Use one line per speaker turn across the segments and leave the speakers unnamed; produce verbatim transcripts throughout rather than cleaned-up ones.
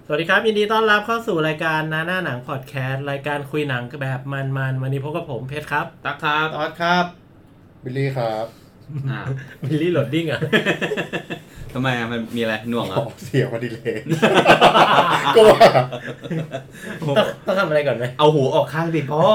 สวัสดีครับยินดีต้อนรับเข้าสู่รายการนาหน้าหนังพอดแคสต์รายการคุยหนังแบบมันๆวันนี้พบกับผมเพชรครับ
ตั๊กครับ
ออสครับ
บิลลี่ครับ
อ่า
บิลลี่โหลดดิ้งอ่ะ
ทำไมอ่ะมันมีอะไรหน่วงเหรอ
เสียงมันดีเลยก็ว่า
ต้องทำอะไรก่อนไหม
เอาหูออกข้างดิพ่อ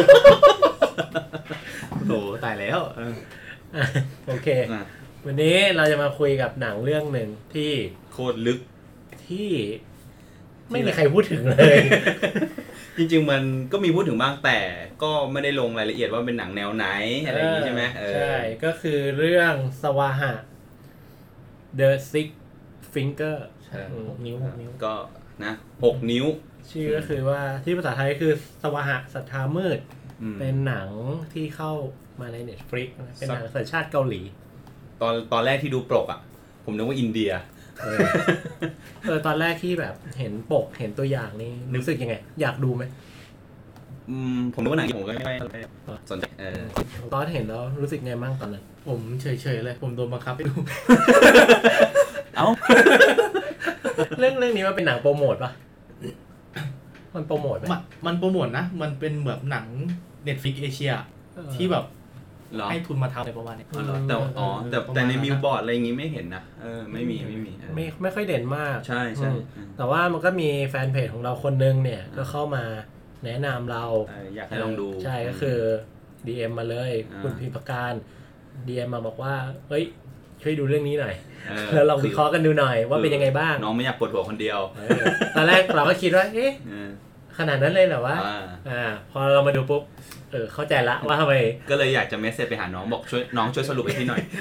โหตายแล้ว
โอเควันนี้เราจะมาคุยกับหนังเรื่องหนึ่งที่
โคตรลึก
ที่ไม่มีใครพูดถึงเลย
จริงๆมันก็มีพูดถึงบ้างแต่ก็ไม่ได้ลงรายละเอียดว่าเป็นหนังแนวไหนอะไรอย่างนี้ใช่ไหม
ใช่ก็คือเรื่องสวาหะ The Six Finger หกนิ้วหกนิ้ว
ก็นะหกนิ้ว
ชื่อก็คือว่าที่ภาษาไทยคือสวาหะศรัทธามืดเป็นหนังที่เข้ามาใน Netflix เป็นหนังสัญชาติเกาหลี
ตอนตอนแรกที่ดูปกอ่ะผมนึกว่าอินเดีย
เออเออตอนแรกที่แบบเห็นปกเห็นตัวอย่างนี่รู้สึกยังไงอยากดูไหม
อืมผมนึกว่าหนังผมก็ไม่สนใจเออ
ตอนเห็นแล้วรู้สึกไงบ้างตอนนั้น
ผมเฉยๆเลยผมโดนบังคับไปดู
เอ้า
เรื่องเรื่องนี้มันเป็นหนังโปรโมทป่ะมันโปรโมท
มั้ยมันโปรโมทนะมันเป็นแบบหนัง Netflix Asia ที่แบบให้ทุนมาทำอะไรประมาณนี้
อ๋อแต่อ๋อแต่แต่ในมิวบอร์ดอะไรอย่างงี้ไม่เห็นนะเออไม่มีไม่มี
ไม่ไม่ค่อยเด่นมาก
ใช่ใช่
แต่ว่ามันก็มีแฟนเพจของเราคนนึงเนี่ยก็เข้ามาแนะนำเรา
อยากให้ลองดู
ใช่ก็คือ ดี เอ็ม มาเลยคุณพิมพ์การ ดี เอ็ม มาบอกว่าเฮ้ยช่วยดูเรื่องนี้หน่อยแล้วลองวิเคราะห์กันดูหน่อยว่าเป็นยังไงบ้าง
น้องไม่อยากปวดหัวคนเดียว
ตอนแรกเราก็คิดว่าเอ๊ะขนาดนั้นเลยเหรอวะอ่าพอเรามาดูปุ๊บเออเข้าใจละว่าทำไม
ก็เลยอยากจะเมสเซจไปหาน้องบอกช่วยน้องช่วยสรุปให้พี่หน่อย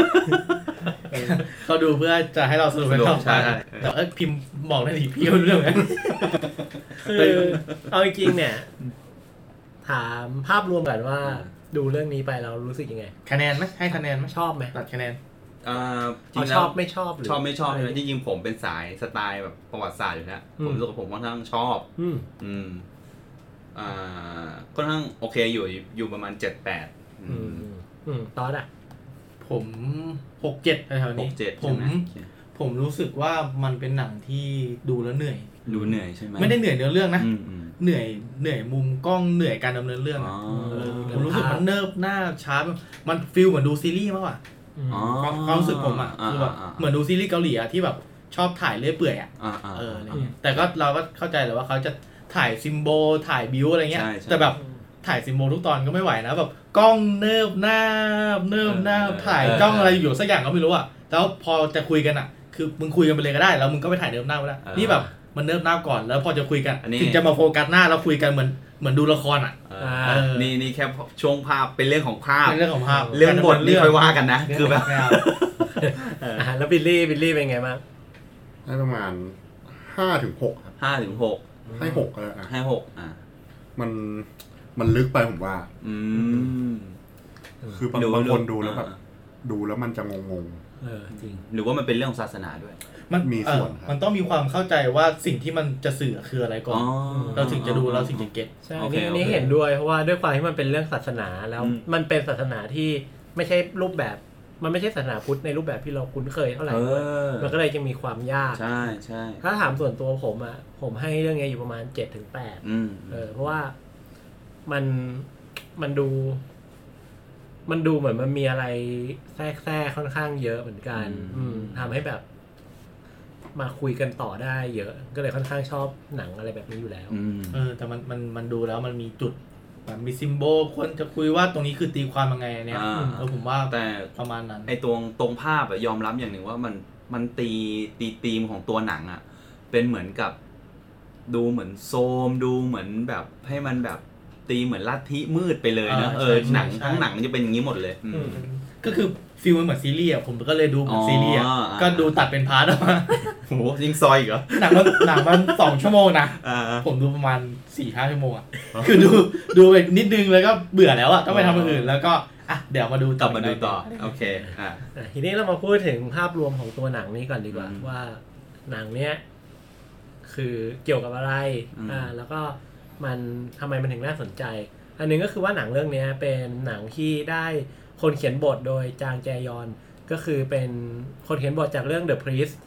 เขาดูเพื่อจะให้เราสรุปให้เขา
ใช่
แต่เออพิมพ์บอกได้ดิพี่เรื่องนั้น
คือเอาจริงๆเนี่ยถามภาพรวมกันว่าดูเรื่องนี้ไปเรารู้สึกยังไง
คะแนนไหมให้คะแนนไหม
ชอบไหม
ตัดคะแนน
อ่า
ชอบไม่ชอบหรือ
ชอบไม่ชอบจริงๆผมเป็นสายสไตล์แบบประวัติศาสตร์อยู่แล้วผมรู้สึกว่าผมค่อนข้างชอบ
อืม
อืมอ่าค่อนข้างโอเคอยู่อยู่ประมาณ เจ็ดแปด
อืมอืมตอนอ่ะ
ผม หกเจ็ด แถวๆนี้ผมผมรู้สึกว่ามันเป็นหนังที่ดูแล้วเหนื่อย
ดูเหนื่อยใช่มั้ย
ไม่ได้เหนื่อยเนื้อเรื่องนะเหนื่อยเหนื่อยมุมกล้องเหนื่อยการดำเนินเรื่องผมรู้สึกมันเนิบหน้าช้ามันฟีลเหมือนดูซีรีส์มากกว่าความรู้สึกผมอ่ะคือแบบเหมือนดูซีรีส์เกาหลีอ่ะที่แบบชอบถ่ายเรื่อยเปื่อยอ่ะเออแต่ก็เราก็เข้าใจแหละว่าเขาจะถ่ายซิมโบถ่ายบิวอะไรเงี้ยแต่แบบถ่ายซิมโบทุกตอนก็ไม่ไหวนะแบบกล้องเนิบหน้าเนิบหน้าถ่ายจ้องอะไรอยู่สักอย่างก็ไม่รู้อ่ะแล้วพอจะคุยกันอ่ะคือมึงคุยกันไปเลยก็ได้แล้วมึงก็ไปถ่ายเนิบหน้าก็ได้นี่แบบมันเนิบหน้าก่อนแล้วพอจะคุยกันถึงจะมาโฟกัสหน้าแล้วคุยกันเหมือนเหมือนดูละครอ่ะ
นี่นี่แค่ช่วงภาพเป็นเรื่องของภาพ
เป็นเรื่องของภาพ
เรื่องบทนี่ค่อยว่ากันนะคือแบบ
แล้วบิลลี่บิลลี่เป็นไงบ้าง
ได้ประมาณ ห้าถึงหก ครับ
ห้าถึงหก
ให้หกก็ได้อ่ะ
ให้หกอ่ะ
มันมันลึกไปผมว่า
อืม
คือบางบางคนดูแล้วแบบดูแล้วมันจะงง
ๆเออจริง
หรือว่ามันเป็นเรื่องของศาสนาด้วย
มันมีส่วนมันต้องมีความเข้าใจว่าสิ่งที่มันจะสื่อคืออะไรก่อนเราถึงจะดูเราถึงจะเก็ต
ใช่นี่นี่เห็นด้วยเพราะว่าด้วยความที่มันเป็นเรื่องศาสนาแล้วมันเป็นศาสนาที่ไม่ใช่รูปแบบมันไม่ใช่ศาสนาพุทธในรูปแบบที่เราคุ้นเคยเท่าไหร่มันก็เลยจะมีความยาก
ใช่ใช่
ถ้าถามส่วนตัวผมอ่ะผมให้เรื่องนี้อยู่ประมาณ เจ็ดถึงแปด
อืม
เออเพราะว่ามันมันดูมันดูเหมือนมันมีอะไรแทรกแทรกค่อนข้างเยอะเหมือนกันอืมทำให้แบบมาคุยกันต่อได้เยอะก็เลยค่อนข้างชอบหนังอะไรแบบนี้อยู่แล้ว
เออแต่มันมันมันดูแล้วมันมีจุดแบบมีซิมโบลควรจะคุยว่าตรงนี้คือตีความยังไงเนี่ยเออผมว่า
แต่
ประมาณนั้น
ไอ้ตรงตรงภาพอะยอมรับอย่างหนึ่งว่ามันมันตีตีธีมของตัวหนังอะเป็นเหมือนกับดูเหมือนโซมดูเหมือนแบบให้มันแบบตีเหมือนลัทธิมืดไปเลยนะเออหนังทั้งหนังมันจะเป็นอย่างนี้หมดเลย
ก็คือฟีลมันเหมือนซีรีส์อ่ะผมก็เลยดูเหมือนซีรีส์อ่ะก็ดูตัดเป็นพาร์ทออกมา
โหยิงซอยอีกเหรอ
หนังมันหนังมันสองชั่วโมงนะผมดูประมาณ สี่ถึงห้า ชั่วโมงอ่ะคือดูดูไปนิดนึงแล้วก็เบื่อแล้วอ่ะต้องไปทำอย่างอื่นแล้วก็อ่ะเดี๋ยวมาดู
ต่อมาดูต่อโอเคอ่ะ
ทีนี้เรามาพูดถึงภาพรวมของตัวหนังนี้ก่อนดีกว่าว่าหนังเนี้ยคือเกี่ยวกับอะไรอ่าแล้วก็มันทำไมมันถึงน่าสนใจอันนึงก็คือว่าหนังเรื่องนี้เป็นหนังที่ได้คนเขียนบทโดยจางแจยอนก็คือเป็นคนเขียนบทจากเรื่อง The Priest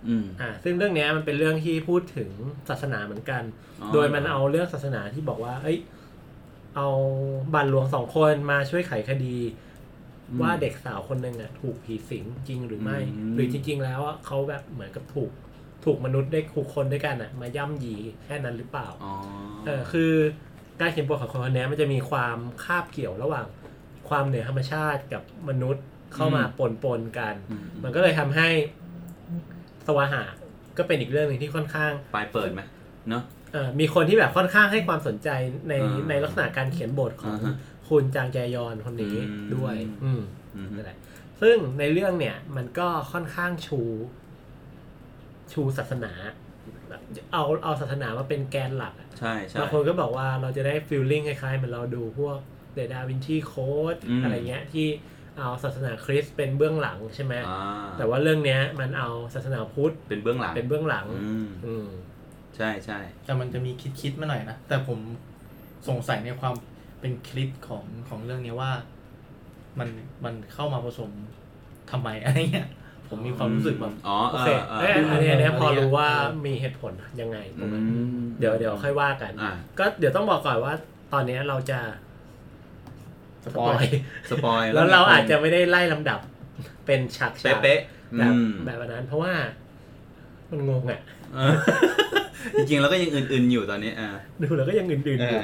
อ่าซึ่งเรื่องนี้มันเป็นเรื่องที่พูดถึงศาสนาเหมือนกันโดยมันเอาเรื่องศาสนาที่บอกว่าเอ้ยเอาบรรหลวงสองคนมาช่วยไขคดีว่าเด็กสาวคนนึงอ่ะถูกผีสิงจริงหรือไม่หรือจริงๆแล้วเขาแบบเหมือนกับถูกถูกมนุษย์ได้ถูกคนด้วยกันอ่ะมาย่ำยีแค่นั้นหรือเปล่าเออคือการเขียนบทของคนนี้มันจะมีความคาบเกี่ยวระหว่างความเหนือธรรมชาติกับมนุษย์เข้ามาปนปนกันมันก็เลยทำให้สวาหะก็เป็นอีกเรื่องนึงที่ค่อนข้าง
ปลายเปิดไหมเนาะ
เออมีคนที่แบบค่อนข้างให้ความสนใจในในลักษณะการเขียนบทของคุณจางแจยอนคนนี้ด้วยอืมนั่นแหละซึ่งในเรื่องเนี่ยมันก็ค่อนข้างชูชูศาสนาเอาเอาศาสนามาเป็นแกนหลัก
ใช่ใช่
บางคนก็บอกว่าเราจะได้ฟีลลิ่งคล้ายๆเหมือนเราดูพวกเดอะดาวินชีโค้ดอะไรเงี้ยที่เอาศาสนาคริสต์เป็นเบื้องหลังใช่ไหมแต่ว่าเรื่องนี้มันเอาศาสนาพุทธ
เป็นเบื้องหลัง
เป็นเบื้องหลัง
อืมใช่ใช่
แต่มันจะมีคิดๆมาหน่อยนะแต่ผมสงสัยในความเป็นคลิปของของเรื่องนี้ว่ามันมันเข้ามาผสมทำไมอะไรเงี้ยผมมีความรู้สึกแบบ
อ๋อ
โอเคอันนี้อันนี้พอรู้ว่ามีเหตุผลยังไงตรงนั้นเดี๋ยวเดี๋ยวค่อยว่ากันก็เดี๋ยวต้องบอกก่อนว่าตอนนี้เราจะ
สปอย
สปอย
แล้วเราอาจจะไม่ได้ไล่ลำดับเป็นฉาก
ๆเป๊ะ
ๆแบบแบบนั้นเพราะว่ามันงงอ่ะ
จริงๆแล้วก็ยังอื่นๆอยู่ตอนนี้อ่า
ดูแล้วก็ยังอื่นๆอยู่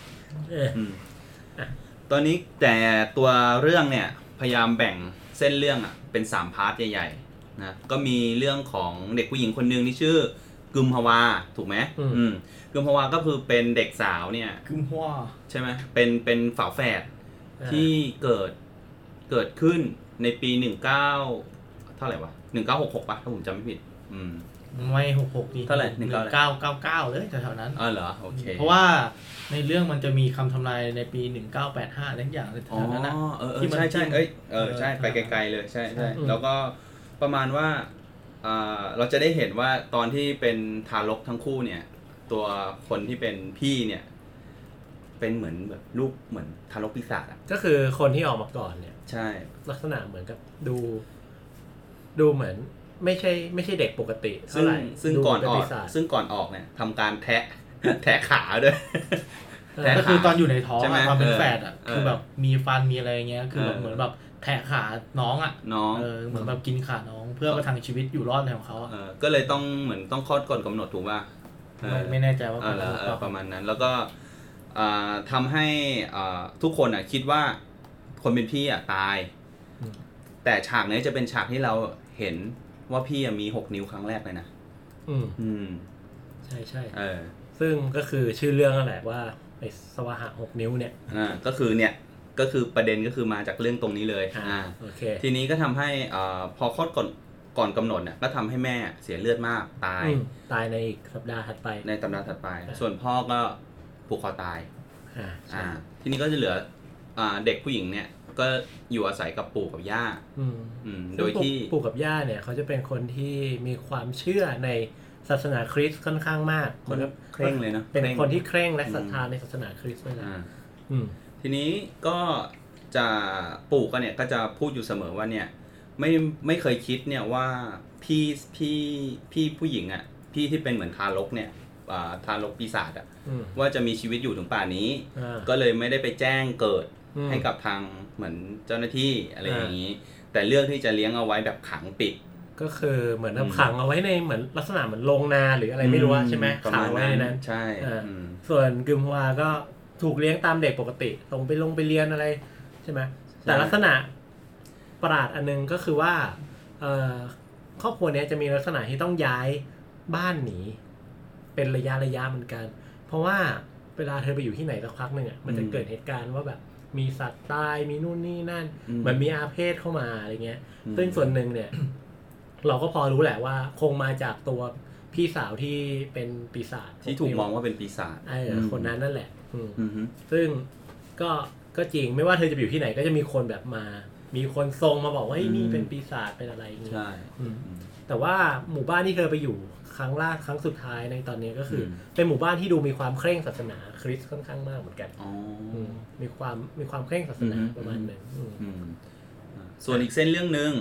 ตอนนี้แต่ตัวเรื่องเนี่ยพยายามแบ่งเส้นเรื่องอ่ะเป็นสามพาร์ทใหญ่ๆนะก็มีเรื่องของเด็กผู้หญิงคนนึงที่ชื่อกึมฮวาถูกไหมอืมกึมฮวาก็คือเป็นเด็กสาวเนี่ย
กึมฮวา
ใช่ไหมเป็นเป็นฝาแฝดที่เกิดเกิดขึ้นในปีหนึ่งเก้าเท่าไหร่วะหนึ่งเก้าหกหกป่ะถ้าผมจำไม่ผิดอืม
ไม่หกหกดิ
เท่าไหร่
หนึ่งเก้าเก้าเก้าเลยแถวๆนั้น
อ๋อเหรอโอเค
เพราะว่าในเรื่องมันจะมีคำทำนายในปีหนึ่งเก้าแปดห้าอะไรอย่างแถวๆนั้นนะ
ที่มันใช่ใช่เอ้ยเออใช่ไปไกลๆเลยใช่ใช่แล้วก็ประมาณว่าอ่าเราจะได้เห็นว่าตอนที่เป็นทารกทั้งคู่เนี่ยตัวคนที่เป็นพี่เนี่ยเป็นเหมือนแบบลูกเหมือนทารกปีศาจอ่ะ
ก็คือคนที่ออกมาก่อนเนี่ย
ใช่
ลักษณะเหมือนกับดูดูเหมือนไม่ใช่ไม่ใช่เด็กปกติเท่าไหร่
ซึ่งก่อนออกซึ่งก่อนออกเนี่ยทำการแทะแทะขาด้วย
ก็คือตอนอยู่ในท้องความเป็นแฝดอ่ะคือแบบมีฟันมีอะไรเงี้ยคือแบบเหมือนแบบแทะขาน้องอ่ะ
น้อง
เออเหมือนแบบกินขาน้องเพื่อประทังชีวิตอยู่รอดของเขาอ่ะ
ก็เลยต้องเหมือนต้องคลอดก่อนกำหนดถูกป่ะ
ไม่แน่ใจว่า
ประมาณนั้นแล้วก็ทำให้ทุกคนอ่ะคิดว่าคนเป็นพี่อ่ะตายแต่ฉากนี้จะเป็นฉากที่เราเห็นว่าพี่มีหกนิ้วครั้งแรกเลยนะ
อืม
อืม
ใช่ใช่
เออ
ซึ่งก็คือชื่อเรื่องนั่นแหละว่าไอ้สวาหะหกนิ้วเนี่ย
อ่าก็คือเนี่ยก็คือประเด็นก็คือมาจากเรื่องตรงนี้เลย
อ่าโอเค
ทีนี้ก็ทำให้อ่าพอคลอดก่อนก่อนกำหนดเนี่ยก็ทำให้แม่เสียเลือดมากตาย
ตายในอีกสัปดาห์ถัดไป
ในสัปดาห์ถัดไปส่วนพ่อก็ผูกคอตาย
อ่า
อ่าทีนี้ก็จะเหลืออ่าเด็กผู้หญิงเนี่ยก็อยู่อาศัยกับปู่กับย่า
อืม
โดยที่
ปู่กับย่าเนี่ยเขาจะเป็นคนที่มีความเชื่อในศาสนาคริสต์ค่อนข้างมาก
คนเคร่งเลยนะ
เป็นคนที่เคร่งและศรัทธาในศาสนาคริสต์เลยนะ
ทีนี้ก็จะปู่ก็เนี่ยก็จะพูดอยู่เสมอว่าเนี่ยไม่ไม่เคยคิดเนี่ยว่าพี่พี่พี่ผู้หญิงอ่ะพี่ที่เป็นเหมือนทารกเนี่ยทารกปีศาจอ่ะว่าจะมีชีวิตอยู่ถึงป่านนี้ก็เลยไม่ได้ไปแจ้งเกิดให้กับทางเหมือนเจ้าหน้าที่อะไรอย่างนี้แต่เลือกที่จะเลี้ยงเอาไว้แบบขังปิด
ก็คือเหมือนขังเอาไว้ในเหมือนลักษณะเหมือนโรงนาหรืออะไรไม่รู้ใช่ไหมขังไว้ในนั้น
ใช่
ส่วนกึมฮวาก็ถูกเลี้ยงตามเด็กปกติตรงไปลงไปเรียนอะไรใช่ไหมแต่ลักษณะประหลาดอันนึงก็คือว่าครอบครัวนี้จะมีลักษณะที่ต้องย้ายบ้านหนีเป็นระยะระยะเหมือนกันเพราะว่าเวลาเธอไปอยู่ที่ไหนสักพักนึงอ่ะมันจะเกิดเหตุการณ์ว่าแบบมีสัตว์ตายมีนู่นนี่นั่นเหมือนมีอาเพศเข้ามาอะไรเงี้ยซึ่งส่วนหนึ่งเนี่ยเราก็พอรู้แหละว่าคงมาจากตัวพี่สาวที่เป็นปีศาจ
ที่ถูกมองว่าเป็นปีศาจ
ไอ้คนนั้นนั่นแหละซึ่งก็ก็จริงไม่ว่าเธอจะอยู่ที่ไหนก็จะมีคนแบบมามีคนทรงมาบอกว่านี่เป็นปีศาจเป็นอะไรอย่างเงี้ย
ใช่
แต่ว่าหมู่บ้านที่เธอไปอยู่ครั้งล่าครั้งสุดท้ายในตอนนี้ก็คือเป็นหมู่บ้านที่ดูมีความเคร่งศาสนาคริสต์ค่อนข้างมากเหมือนกันมีความมีความเคร่งศาสนาประมาณนึง
ส่วนอีกเส้นเรื่องนึง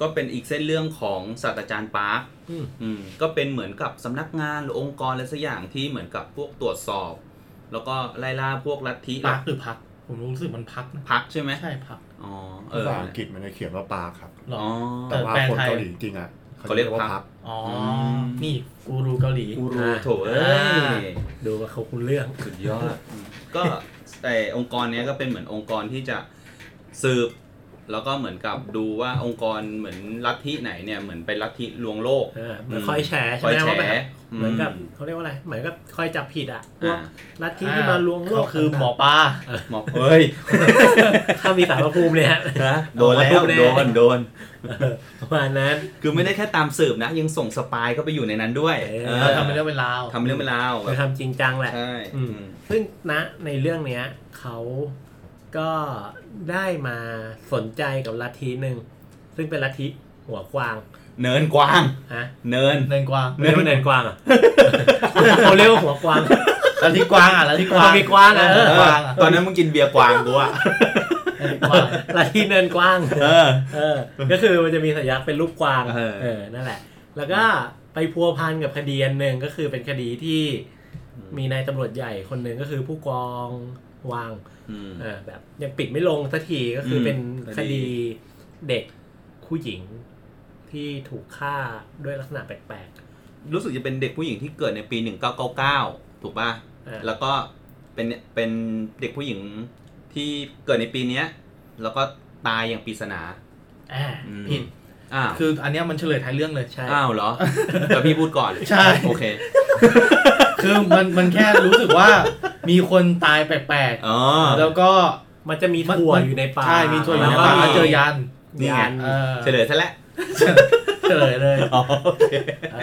ก็เป็นอีกเส้นเรื่องของศาสตราจารย์ปาร์คอืมก็เป็นเหมือนกับสำนักงานหรือองค์กรอะไรสักอย่างที่เหมือนกับพวกตรวจสอบแล้วก็ไล่ล่าพวกลัทธิ
ปาร์คหรือพักผมรู้สึกมันพักนะ
พักใช่ไหม
ใช่พัก
อ๋อ
เออภาษาอังกฤษมันจะเขียนว่าปาร์คครับ
อ๋อ
แต่ว่าคนเกาหลีจริงอ่ะ
เขาเรียกว่าพัก
อ๋อนี่กูรูเกาหลี
กูรูโถเอ้ย
ดูว่าเขาคุณเรื่อง
สุดยอดก็แต่องค์กรนี้ก็เป็นเหมือนองค์กรที่จะสืบแล้วก็เหมือนกับดูว่าองค์กรเหมือนลัทธิไหนเนี่ยเหมือนเป็นลัทธิลวงโลก
เหมือนคอยแชร์ใช่ไหมว่าแบบเหมือนกับเขาเรียกว่าอะไรเหมือนกับคอยจับผิดอ่ะพวกลัทธิที่มาลวงโลก
คือหมอปลา
หมอเอ้ย
ถ้ามีสารพระภูมิเลยฮะ
โดนแล้วโดนโดน
ประมาณนั้น
คือไม่ได้แค่ตามสืบนะยังส่งสปายเข้าไปอยู่ในนั้นด้วย
ทำเป็นเรื่องเป็นราว
ทำเรื่องเป็นราว
ไปทำจริงจังแหละ
ใช่
ซึ่งณในเรื่องเนี้ยเขาก็ได้มาสนใจกับลัทธิหนึ่งซึ่งเป็นลัทธิหัวกวาง
เนินกวาง
ฮะ
เนิน
เนินกวาง
เรียกว่าเนินกวางอ่ะเขาเรียกว่าหัวกวาง
ลัทธิกวางอ่ะลัทธิกวาง
มีกวางอ่ะ
ตอนนั้นมึงกินเบียร์กวางกูอ่ะ
ลัทธิเนินกวางเออเออก็คือมันจะมีสัญลักษณ์เป็นรูปกวางเออนั่นแหละแล้วก็ไปพัวพันกับคดีอันหนึ่งก็คือเป็นคดีที่มีนายตำรวจใหญ่คนหนึ่งก็คือผู้กองวางอ่าแบบยังปิดไม่ลงสักทีก็คือเป็นคดีเด็กผู้หญิงที่ถูกฆ่าด้วยลักษณะแปลก
ๆรู้สึกจะเป็นเด็กผู้หญิงที่เกิดในปีหนึ่งเก้าเก้าเก้าถูกป่ะแล้วก็เป็นเป็นเด็กผู้หญิงที่เกิดในปีนี้แล้วก็ตายอย่างปริศนา
อ่าผิดอ่าคืออันนี้มันเฉลยท้ายเรื่องเลย
ใช่อ้าวเหรอแต่พี่พูดก่อน
ใช่
โอเค
คือมันมันแค่รู้สึกว่ามีคนตายแปลกๆอ๋อแล้วก็
มันจะมีถั่วอยู่ในป่า
ใช่มีถั่วอยู่ในป่าเจอยัน
ยันเฉลยซะแล้ว
เฉลยเลย
โอเค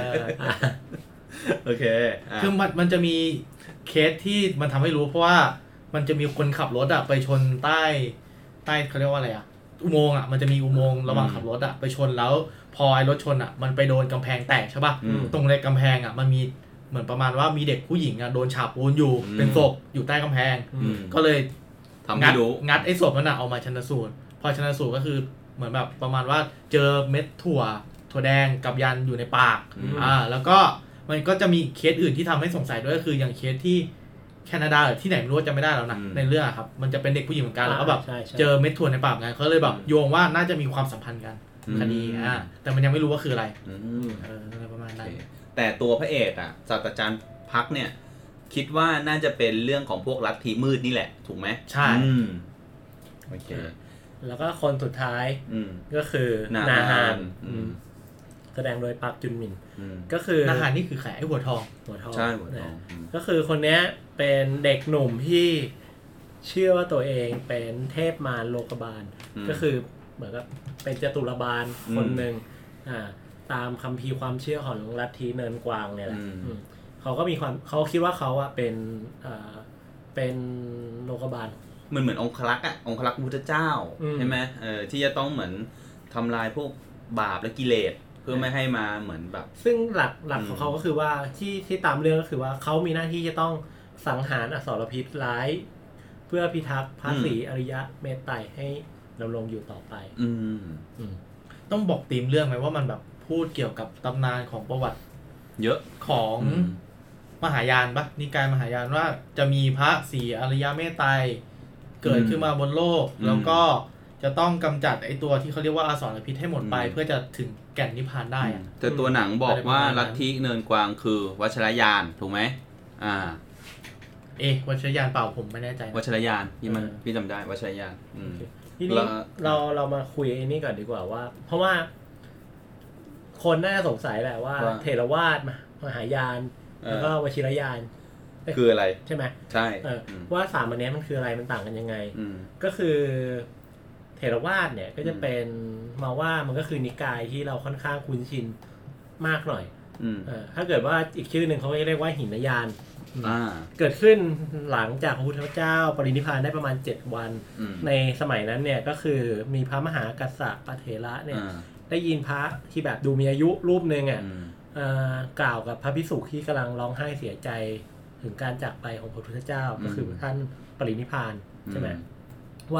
โอเค
คือมันมันจะมีเคสที่มันทำให้รู้เพราะว่ามันจะมีคนขับรถอะไปชนใต้ใต้เขาเรียกว่าอะไรอะอุโมงค์อะมันจะมีอุโมงค์ระหว่างขับรถอะไปชนแล้วพอไอ้รถชนอะมันไปโดนกำแพงแตกใช่ป่ะตรงในกำแพงอะมันมีเหมือนประมาณว่ามีเด็กผู้หญิงอะโดนฉาบปูนอยู่เป็นศพอยู่ใต้กำแพงก็เลยงัดงัดไอ้ศพนั้นอะเอามาชันสูตรพอชันสูตรก็คือเหมือนแบบประมาณว่าเจอเม็ดถั่วถั่วแดงกับยันอยู่ในปากอ่าแล้วก็มันก็จะมีเคสอื่นที่ทำให้สงสัยด้วยก็คืออย่างเคสที่แคนาดาหรือที่ไหนไม่รู้จะไม่ได้แล้วนะในเรื่องครับมันจะเป็นเด็กผู้หญิงเหมือนกันแล้วก็แบบเจอเม็ดถั่วในปากไงเขาเลยแบบโยงว่าน่าจะมีความสัมพันธ์กันคดีอ่าแต่มันยังไม่รู้ว่าคืออะไรเอออะไรประมาณนั้น
แต่ตัวพระเอกอ่ะศาสตราจารย์พักเนี่ยคิดว่าน่าจะเป็นเรื่องของพวกลัทธิมืดนี่แหละถูกไหม
ใช่
โอเค
แล้วก็คนสุดท้ายก็คือนาฮานแสดงโดยปาร์คจุนมินก็คือ
นาฮานนี่คือใครไอ้หัวทอง
หัวทอง
ใช่หัวทอง
ก็คือคนนี้เป็นเด็กหนุ่มที่เชื่อว่าตัวเองเป็นเทพมารโลกบาลก็คือเหมือนกับเป็นจตุรบาลคนหนึ่งตามคัมภีร์ความเชื่อของลัทธิเนินกวางเนี่ยแหละเขาก็มีความเขาคิดว่าเขาอะเป็นเป็นโลกบาล
เหมือนเหมือนองครักษ์อ่ะองครักษ์พุทธเจ้าใช่ไหมเออที่จะต้องเหมือนทำลายพวกบาปและกิเลสเพื่อไม่ให้มาเหมือนแบบ
ซึ่งหลักหลักของเขาก็คือว่าที่ที่ตามเรื่องก็คือว่าเขามีหน้าที่จะต้องสังหารอสรพิษร้ายเพื่อพิทักษ์พระศรีอริยะเมตไตรให้ดำรงอยู่ต่อไป
อืม
ต้องบอกธีมเรื่องไหมว่ามันแบบพูดเกี่ยวกับตำนานของประวัติ
เยอะ
ของมหายานปะนิกายมหายานว่าจะมีพระศรีอริยเมตไตรเกิดขึ้นมาบนโลกแล้วก็จะต้องกำจัดไอ้ตัวที่เขาเรียกว่าอสรพิษให้หมดไปเพื่อจะถึงแก่นนิพพานได้อะ
แต่ตัวหนังบอกว่าลัทธิเนินกวางคือวัชรยานถูกไหมอ่า
เอ๊ะวัชรยานเปล่าผมไม่แน่ใจ
วัชรยานพี่มันพี่จำได้วัชรยาน
ทีนี้เราเรามาคุยไอ้นี่ก่อนดีกว่าว่าเพราะว่าคนน่าจะสงสัยแหละว่าเถรวาทมหายานแล้วก็วชิรยาน
คืออะไร
ใช่ไหม
ใช่
ว่าสามอันนี้มันคืออะไรมันต่างกันยังไงก็คือเถรวาทเนี่ยก็จะเป็นมาว่ามันก็คือนิกายที่เราค่อนข้างคุ้นชินมากหน่อยถ้าเกิดว่าอีกชื่อหนึ่งเขาก็เรียกว่าหินยานเกิดขึ้นหลังจากพระพุทธเจ้าปรินิพพานได้ประมาณเจ็ดวันในสมัยนั้นเนี่ยก็คือมีพระมหากัสสปะเถระเนี่ยได้ยินพระที่แบบดูมีอายุรูปนึงอ่ะกล่าวกับพระภิกษุที่กำลังร้องไห้เสียใจถึงการจากไปของพระพุทธเจ้าก็คือท่านปรินิพพานใช่ไหมว่า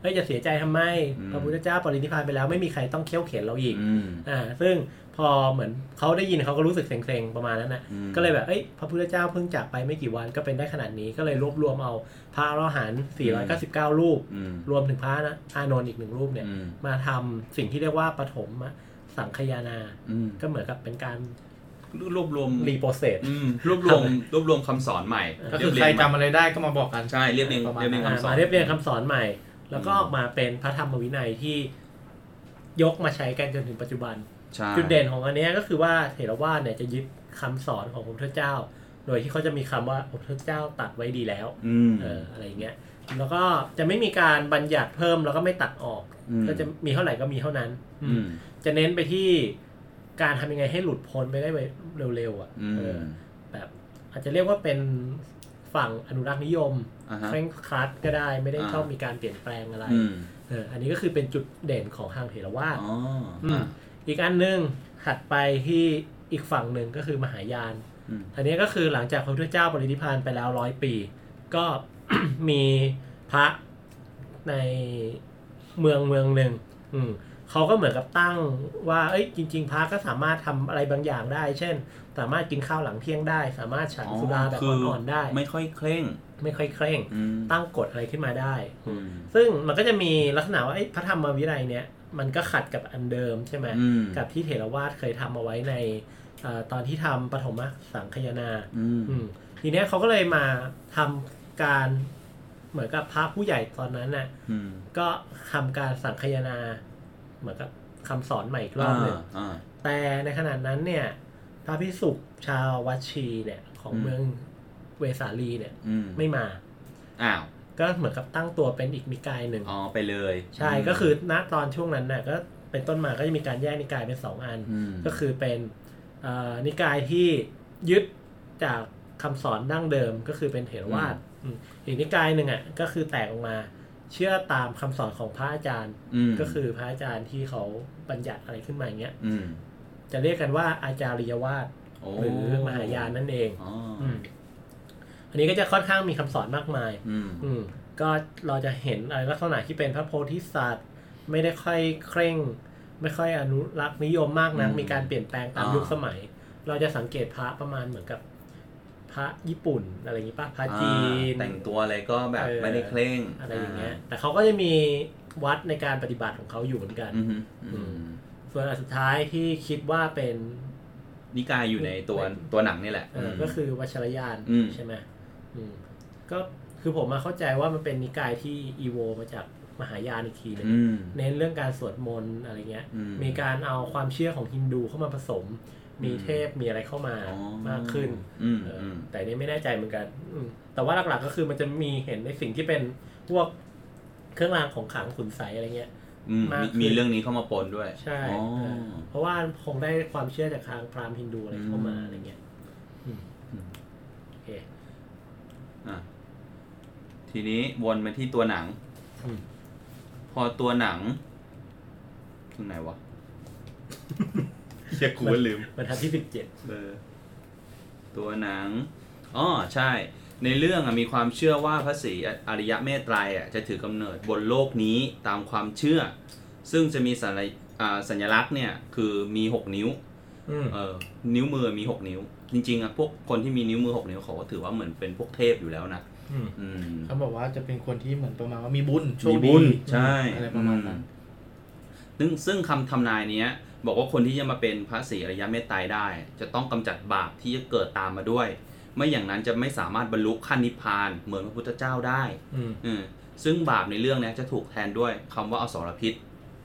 เอ้ยจะเสียใจทำไมพระพุทธเจ้าปรินิพพานไปแล้วไม่มีใครต้องเคี่ยวเข็นเราอีกอ่าซึ่งพอเหมือนเขาได้ยินเขาก็รู้สึกเซ็งๆประมาณนั้นนะก็เลยแบบเอ้ยพระพุทธเจ้าเพิ่งจากไปไม่กี่วันก็เป็นได้ขนาดนี้ก็เลยรวบรวมเอาพระอรหันต์สี่ร้อยเก้าสิบเก้ารูปรวมถึงพระนะอานนท์อีกหนึ่งรูปเนี่ยมาทำสิ่งที่เรียกว่าปฐมสังคายนาก็เหมือนกับเป็นการ
รวบรวม
รีโปรเซส
รวบรวมรวบรวมคำสอนใหม่
ก็คือใครจำอะไรได้ก็มาบอกกัน
ใช่เรียบเรียงเรียบเรียงคำสอน
มาเรียบเรียงคำสอนใหม่แล้วก็ออกมาเป็นพระธรรมวินัยที่ยกมาใช้กันจนถึงปัจจุบันจุดเด่นของอันนี้ก็คือว่าเถรวาทเนี่ยจะยึดคำสอนของพระพุทธเจ้าโดยที่เขาจะมีคำว่าพระพุทธเจ้าตัดไว้ดีแล้วเอออะไรเงี้ยแล้วก็จะไม่มีการบัญญัติเพิ่มแล้วก็ไม่ตัดออกก็จะมีเท่าไหร่ก็มีเท่านั้นจะเน้นไปที่การทำยังไงให้หลุดพ้นไปได้เร็วๆอ่ะแบบอาจจะเรียกว่าเป็นฝั่งอนุรักษ์นิยมเคร่งครัดก็ได้ไม่ได้ชอบมีการเปลี่ยนแปลงอะไรเอออันนี้ก็คือเป็นจุดเด่นของทางเถรวาทอีกอันนึงถัดไปที่อีกฝั่งหนึ่งก็คือมหายานอันนี้ก็คือหลังจากพระพุทธเจ้าปรินิพพานไปแล้วร้อยปีก็ มีพระในเมืองเมืองหนึ่งเขาก็เหมือนกับตั้งว่าเอ้ยจริงๆพระก็สามารถทำอะไรบางอย่างได้เช่นสามารถกินข้าวหลังเที่ยงได้สามารถฉันสุราแบบอ่อนๆได้
ไม่ค่อยเคร่ง
ไม่ค่อยเคร่งตั้งกฎอะไรขึ้นมาได้ซึ่งมันก็จะมีลักษณะว่าพระธรรมวินัยเนี่ยมันก็ขัดกับอันเดิมใช่ไหมกับที่เถรวาทเคยทำเอาไว้ในตอนที่ทำปฐมสังคายนาทีนี้เขาก็เลยมาทำการเหมือนกับพระผู้ใหญ่ตอนนั้นน่ะก็ทำการสังคายนาเหมือนกับคำสอนใหม่อีกรอบหนึ่งแต่ในขณะนั้นเนี่ยพระภิกษุชาววัชีเนี่ยของเมืองเวสาลีเนี่ยไม่มา
อ้าว
ก็เหมือนกับตั้งตัวเป็นอีกนิกายหนึ่ง
อ๋อไปเลย
ใช่ก็คือณตอนช่วงนั้นน่ะก็เป็นต้นมาก็จะมีการแยกนิกายเป็นสองอันก็คือเป็นนิกายที่ยึดจากคำสอนดั้งเดิมก็คือเป็นเถรวาทอีกนิกายหนึ่งอ่ะก็คือแตกออกมาเชื่อตามคำสอนของพระอาจารย์ก็คือพระอาจารย์ที่เขาบัญญัติอะไรขึ้นมาอย่างเงี้ยจะเรียกกันว่าอาจาริยวาทหรือมหายานนั่นเองอันนี้ก็จะค่อนข้างมีคำสอนมากมายก็เราจะเห็นอะไรลักษณะที่เป็นพระโพธิสัตว์ไม่ได้ค่อยเคร่งไม่ค่อยอนุรักษ์นิยมมากนักมีการเปลี่ยนแปลงตามยุคสมัยเราจะสังเกตพระประมาณเหมือนกับพระญี่ปุ่นอะไรอย่างนี้ป่ะพระจีน
แต่งตัวอะไรก็แบบไม่ได้เคร่ง
อะไรอย่างเงี้ยแต่เขาก็จะมีวัดในการปฏิบัติของเขาอยู่เหมือนกันส่วนอันสุดท้ายที่คิดว่าเป็น
นิกายอยู่ในตัวตัวหนังนี่แหละ
ก็คือวัชรยานใช่ไหมก็คือผมมาเข้าใจว่ามันเป็นนิกายที่อีโวมาจากมหายานอีกทีนึงเน้นเรื่องการสวดมนต์อะไรเงี้ยมีการเอาความเชื่อของฮินดูเข้ามาผสมมีเทพมีอะไรเข้ามามากขึ้นแต่นี่ไม่แน่ใจเหมือนกันแต่ว่าหลักๆก็คือมันจะมีเห็นในสิ่งที่เป็นพวกเครื่องรางของขลังขุนไสอะไรเงี้ย
มีเรื่องนี้เข้ามาปนด้วย
ใช่เพราะว่าคงได้ความเชื่อจากทางพราหมณ์ฮินดูอะไรเข้ามาอะไรเงี้ยโอเค
อ่ะทีนี้วนมาที่ตัวหนังพอตัวหนังตรงไหนวะเชี่ยกูลืม
บรรทัดที่สิบเจ็ด
เออตัวหนังอ๋อใช่ในเรื่องมีความเชื่อว่าพระศรีอริยเมตไตรอ่ะจะถือกำเนิดบนโลกนี้ตามความเชื่อซึ่งจะมีสัญสัญลักษณ์เนี่ยคือมีหกนิ้วเออนิ้วมือมีหกนิ้วจริงๆอ่ะพวกคนที่มีนิ้วมือหกนิ้วเขาก็ถือว่าเหมือนเป็นพวกเทพอยู่แล้วนะ
เขาบอกว่าจะเป็นคนที่เหมือนประมาณว่ามีบุญโชค
ดีใช่
อะไรประมาณนั้น
ซึ่งซึ่งคำทำนายนี้บอกว่าคนที่จะมาเป็นพระศรีอริยเมตไตรได้จะต้องกำจัดบาปที่จะเกิดตามมาด้วยไม่อย่างนั้นจะไม่สามารถบรรลุขั้นนิพพานเหมือนพระพุทธเจ้าได้ซึ่งบาปในเรื่องนี้จะถูกแทนด้วยคำว่าอสรพิษ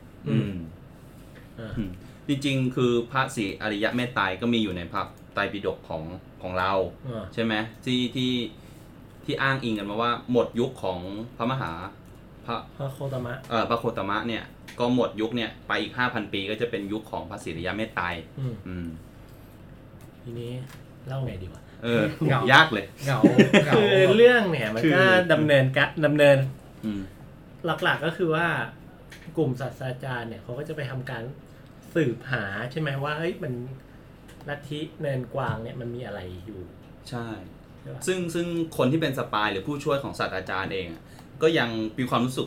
จริงๆคือพระศรีอริยเมตไตรก็มีอยู่ในพระไตรปิฎกของของเราใช่ไหมที่ที่ที่อ้างอิงกันมาว่าหมดยุคของพระมหาพระ
พระโคตมะ
เออพระโคตมะเนี่ยก็หมดยุคเนี่ยไปอีก ห้าพัน ปีก็จะเป็นยุคของพระศรีอริยเมตไตรอืม
ทีนี้เล่าไงดีวะ
เออยากเลย
เหงา
คือเรื่องเนี่ยมันก็ดำเนินกะดำเนินหลักๆก็คือว่ากลุ่มศาสตราจารย์เนี่ยเขาก็จะไปทำการสืบหาใช่ไหมว่าเฮ้ยมันลัทธิเนินกวางเนี่ยมันมีอะไรอยู่
ใช่ซึ่งซึ่งคนที่เป็นสปายหรือผู้ช่วยของศาสตราจารย์เองก็ยังมีความรู้สึกว่าเฮ้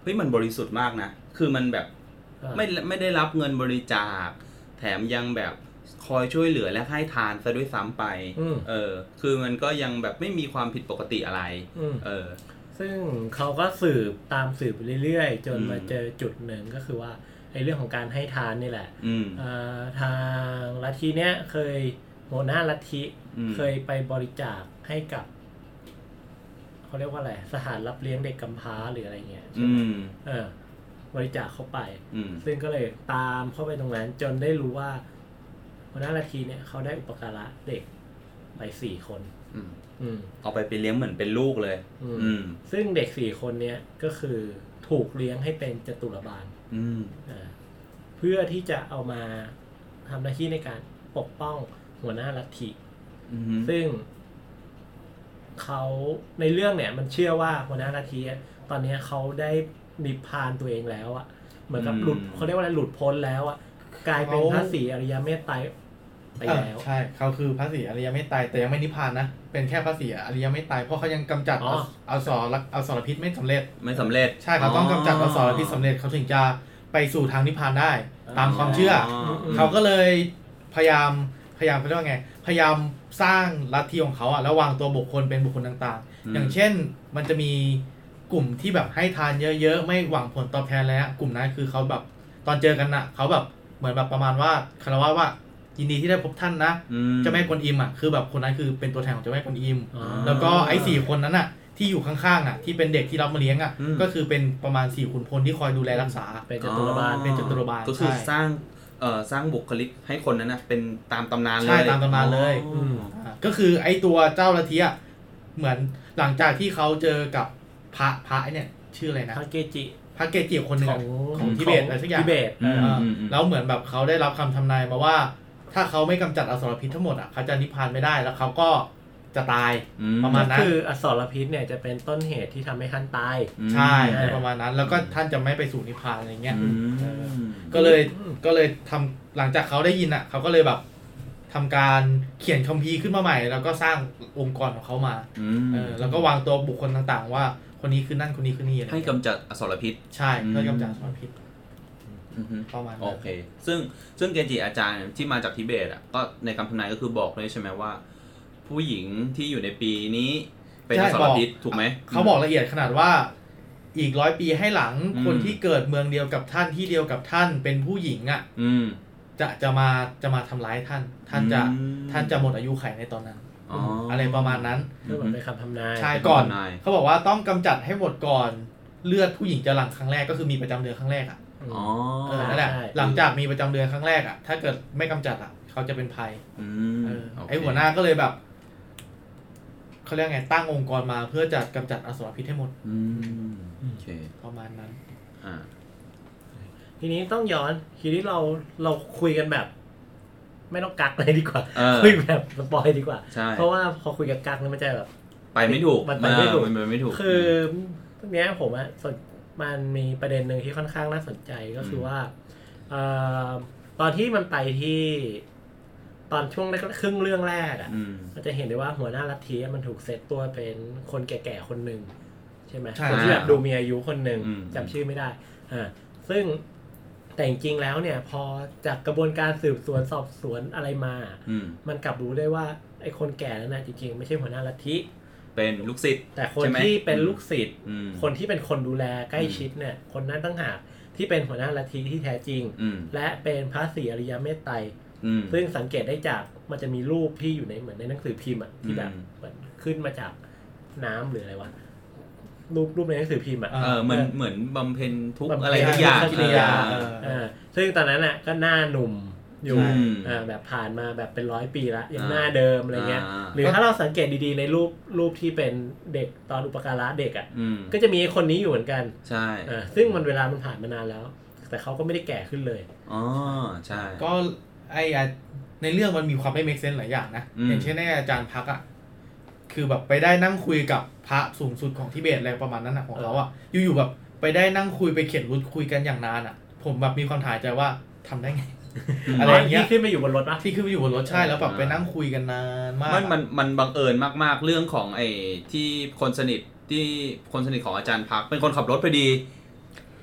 ฮ้ยมันบริสุทธิ์มากนะคือมันแบบไม่ไม่ได้รับเงินบริจาคแถมยังแบบคอยช่วยเหลือและให้ทานซะด้วยซ้ำไปเออคือมันก็ยังแบบไม่มีความผิดปกติอะไรเออ
ซึ่งเขาก็สืบตามสืบไปเรื่อยๆจนมาเจอจุดหนึ่งก็คือว่าไอ้เรื่องของการให้ทานนี่แหละทางลัทธิเนี้ยเคยโมนาลัทธิเคยไปบริจาคให้กับเขาเรียกว่าอะไรสถานรับเลี้ยงเด็กกำพร้าหรืออะไรเงี้ยใช่ไหมเออบริจาคเข้าไปซึ่งก็เลยตามเข้าไปตรงนั้นจนได้รู้ว่าโมนาลัทธิเนี่ยเขาได้อุปการะเด็กไปสี่คน
เอาไปไปเลี้ยงเหมือนเป็นลูกเลย
ซึ่งเด็กสี่คนเนี้ยก็คือถูกเลี้ยงให้เป็นจตุรบาลเพื่อที่จะเอามาทำหน้าที่ในการปกป้องหัวหน้าลัทธิซึ่งเขาในเรื่องเนี่ยมันเชื่อว่าหัวหน้าลัทธิตอนนี้เขาได้นิพพานตัวเองแล้วอ่ะเหมือนกับหลุดเขาเรียกว่าอะไรหลุดพ้นแล้วอ่ะกลายเป็นพระศรีอริยเมตไตรไปแล้ว
ใช่เขาคือพระศรีอริยเมตไตรแต่ยังไม่นิพพานนะเป็นแค่พระศรีอริยเมตไตรเพราะเขายังกำจัดอสรอสรพิษไม่สำเร็จ
ไม่สำเร็จ
ใช่เขาต้องกำจัดอสรพิษสำเร็จเขาถึงจะไปสู่ทางนิพพานได้ตามความเชื่อเขาก็เลยพยายามพยายามเขาเรียกว่าไงพยายามสร้างลัทธิของเขาอ่ะแล้ววางตัวบุคคลเป็นบุคคลต่างๆอย่างเช่นมันจะมีกลุ่มที่แบบให้ทานเยอะๆไม่หวังผลตอบแทนแล้วกลุ่มนั้นคือเขาแบบตอนเจอกันน่ะเขาแบบเหมือนแบบประมาณว่าคารวะว่ายินดีที่ได้พบท่านนะเจ้าแม่กวนอิมอ่ะคือแบบคนนั้นคือเป็นตัวแทนของเจ้าแม่กวนอิมแล้วก็ไอ้สี่คนนั้นอ่ะที่อยู่ข้างๆอ่ะที่เป็นเด็กที่รับมาเลี้ยงอ่ะก็คือเป็นประมาณสี่ขุนพลที่คอยดูแลรักษา
เป็นจตุรบาล
เป็นจตุรบาล
ก็คือสร้างเอ่อสร้างบุคลิกให้คนนั้นนะเป็นตามตำนานเลย
ใช่ตามตำนานเลยก็คือไอ้ตัวเจ้าลัทธิอ่ะเหมือนหลังจากที่เขาเจอกับพระพระเนี่ยชื่ออะไรนะ
พระเกจิ
พระเกจิคนหนึ่งของทิเบตอะไรสักอย่าง
ทิเบต
แล้วเหมือนแบบเขาได้รับคำทำนายมาว่าถ้าเขาไม่กำจัดอสรพิษทั้งหมดอ่ะเขาจะนิพพานไม่ได้แล้วเขาก็จะตายประมาณนั้น
คืออสรพิษเนี่ยจะเป็นต้นเหตุที่ทำให้ท่านตาย
ใช่ประมาณนั้นแล้วก็ท่านจะไม่ไปสู่นิพพานอะไรเงี้ยก็เลยก็เลยทำหลังจากเขาได้ยินอ่ะเขาก็เลยแบบทำการเขียนคัมภีร์ขึ้นมาใหม่แล้วก็สร้างองค์กรของเขามาแล้วก็วางตัวบุคคลต่างๆว่าคนนี้คือนั่นคนนี้คือนี่
ให้กำจัดอสรพิษ
ใช่เพื่อกำจัดอสรพิษ
ประมาณนั้นโอเคซึ่งซึ่งเกจิอาจารย์ที่มาจากทิเบตอ่ะก็ในคำทำนายก็คือบอกเลยใช่ไหมว่าผู้หญิงที่อยู่ในปีนี้เป็นอสรพิษถูกไหม
เขาบอกละเอียดขนาดว่าอีกร้อยปีให้หลังคนที่เกิดเมืองเดียวกับท่านที่เดียวกับท่านเป็นผู้หญิงอ่ะจะจะมาจะมาทำร้ายท่านท่านจะท่านจะหมดอายุขัยในตอนนั้นอะไรประมาณนั้น
ก็เหมือนเป็นคำทำนาย
ใช่ก่อนเขาบอกว่าต้องกำจัดให้หมดก่อนเลือดผู้หญิงจะหลั่งครั้งแรกก็คือมีประจำเดือนครั้งแรกอ่ะ
อ๋อ
นั่นแหละหลังจากมีประจำเดือนครั้งแรกอ่ะถ้าเกิดไม่กำจัดอ่ะเขาจะเป็นภัยไอ้หัวหน้าก็เลยแบบเขาเรียกไงตั้งองค์กรมาเพื่อจะกำจัดอสรพิษให้หมด
โอเค
ประมาณนั้น
อ่า
ทีนี้ต้องย้อนทีนี้เราเราคุยกันแบบไม่ต้องกักเลยดีกว่าคุยแบบสปอยดีกว่าเพราะว่าพอคุยกับกักนี่มันจะแบบ
ไปไม่ถูก
มันไปไม่ถูก
มันไปไม่ถูก
คือตรงนี้ผมอะมันมีประเด็นหนึ่งที่ค่อนข้างน่าสนใจก็คือว่าตอนที่มันไปที่ตอนช่วงครึ่งเรื่องแรกอ่ะเราจะเห็นได้ว่าหัวหน้าลัทธิมันถูกเซตตัวเป็นคนแก่ๆคนหนึ่งใช่ไหมคนที่แบบดูมีอายุคนหนึ่งจำชื่อไม่ได้อ่าซึ่งแต่จริงๆแล้วเนี่ยพอจากกระบวนการสืบสวนสอบสวนอะไรมามันกลับรู้ได้ว่าไอ้คนแก่นั้นนะจริงๆไม่ใช่หัวหน้าลัทธิ
เป็นลูกศิษย์
แต่คนที่เป็นลูกศิษย์คนที่เป็นคนดูแลใกล้ชิดเนี่ยคนนั้นตั้งหากที่เป็นหัวหน้าลัทธิที่แท้จริงและเป็นพระศรีอริยเมตไตรซึ่งสังเกตได้จากมันจะมีรูปที่อยู่ในเหมือนในหนังสือพิมพ์อ่ะที่แบบเหมือนขึ้นมาจากน้ำหรืออะไรวะรูปรูปในหนังสือพิมพ์อ่ะ
เออเหมือนเหมือนบำเพ็ญทุกอะไรทุกอย่าง
อ่าซึ่งตอนนั้นอ่ะก็หน้าหนุ่มอยู่อ่าแบบผ่านมาแบบเป็นร้อยปีละยังหน้าเดิมอะไรเงี้ยหรือถ้าเราสังเกตดีๆในรูปรูปที่เป็นเด็กตอนอุปการะเด็กอ่ะก็จะมีคนนี้อยู่เหมือนกัน
ใช่
อ่าซึ่งมันเวลามันผ่านมานานแล้วแต่เขาก็ไม่ได้แก่ขึ้นเลย
อ๋อใช่
ก็ไอ้ในเรื่องมันมีความไม่เมคเซนส์หลายอย่างนะอย่างเช่นอาจารย์พักอ่ะคือแบบไปได้นั่งคุยกับพระสูงสุดของทิเบตอะไรประมาณนั้นนะของเขาอ่ะอยู่ๆแบบไปได้นั่งคุยไปเขียนรุดคุยกันอย่างนานอ่ะผมแบบมีความถ่ายใจว่าทำได้ไง
อะไรอย่างเงี้ยที่ขึ้นไปอยู่บนรถ
นะที่ขึ้นไปอยู่บนรถใช่แล้วแบบไปนั่งคุยกันนานมาก
มันมันมันบังเอิญมากๆเรื่องของไอ้ที่คนสนิทที่คนสนิทของอาจารย์พักเป็นคนขับรถพอดี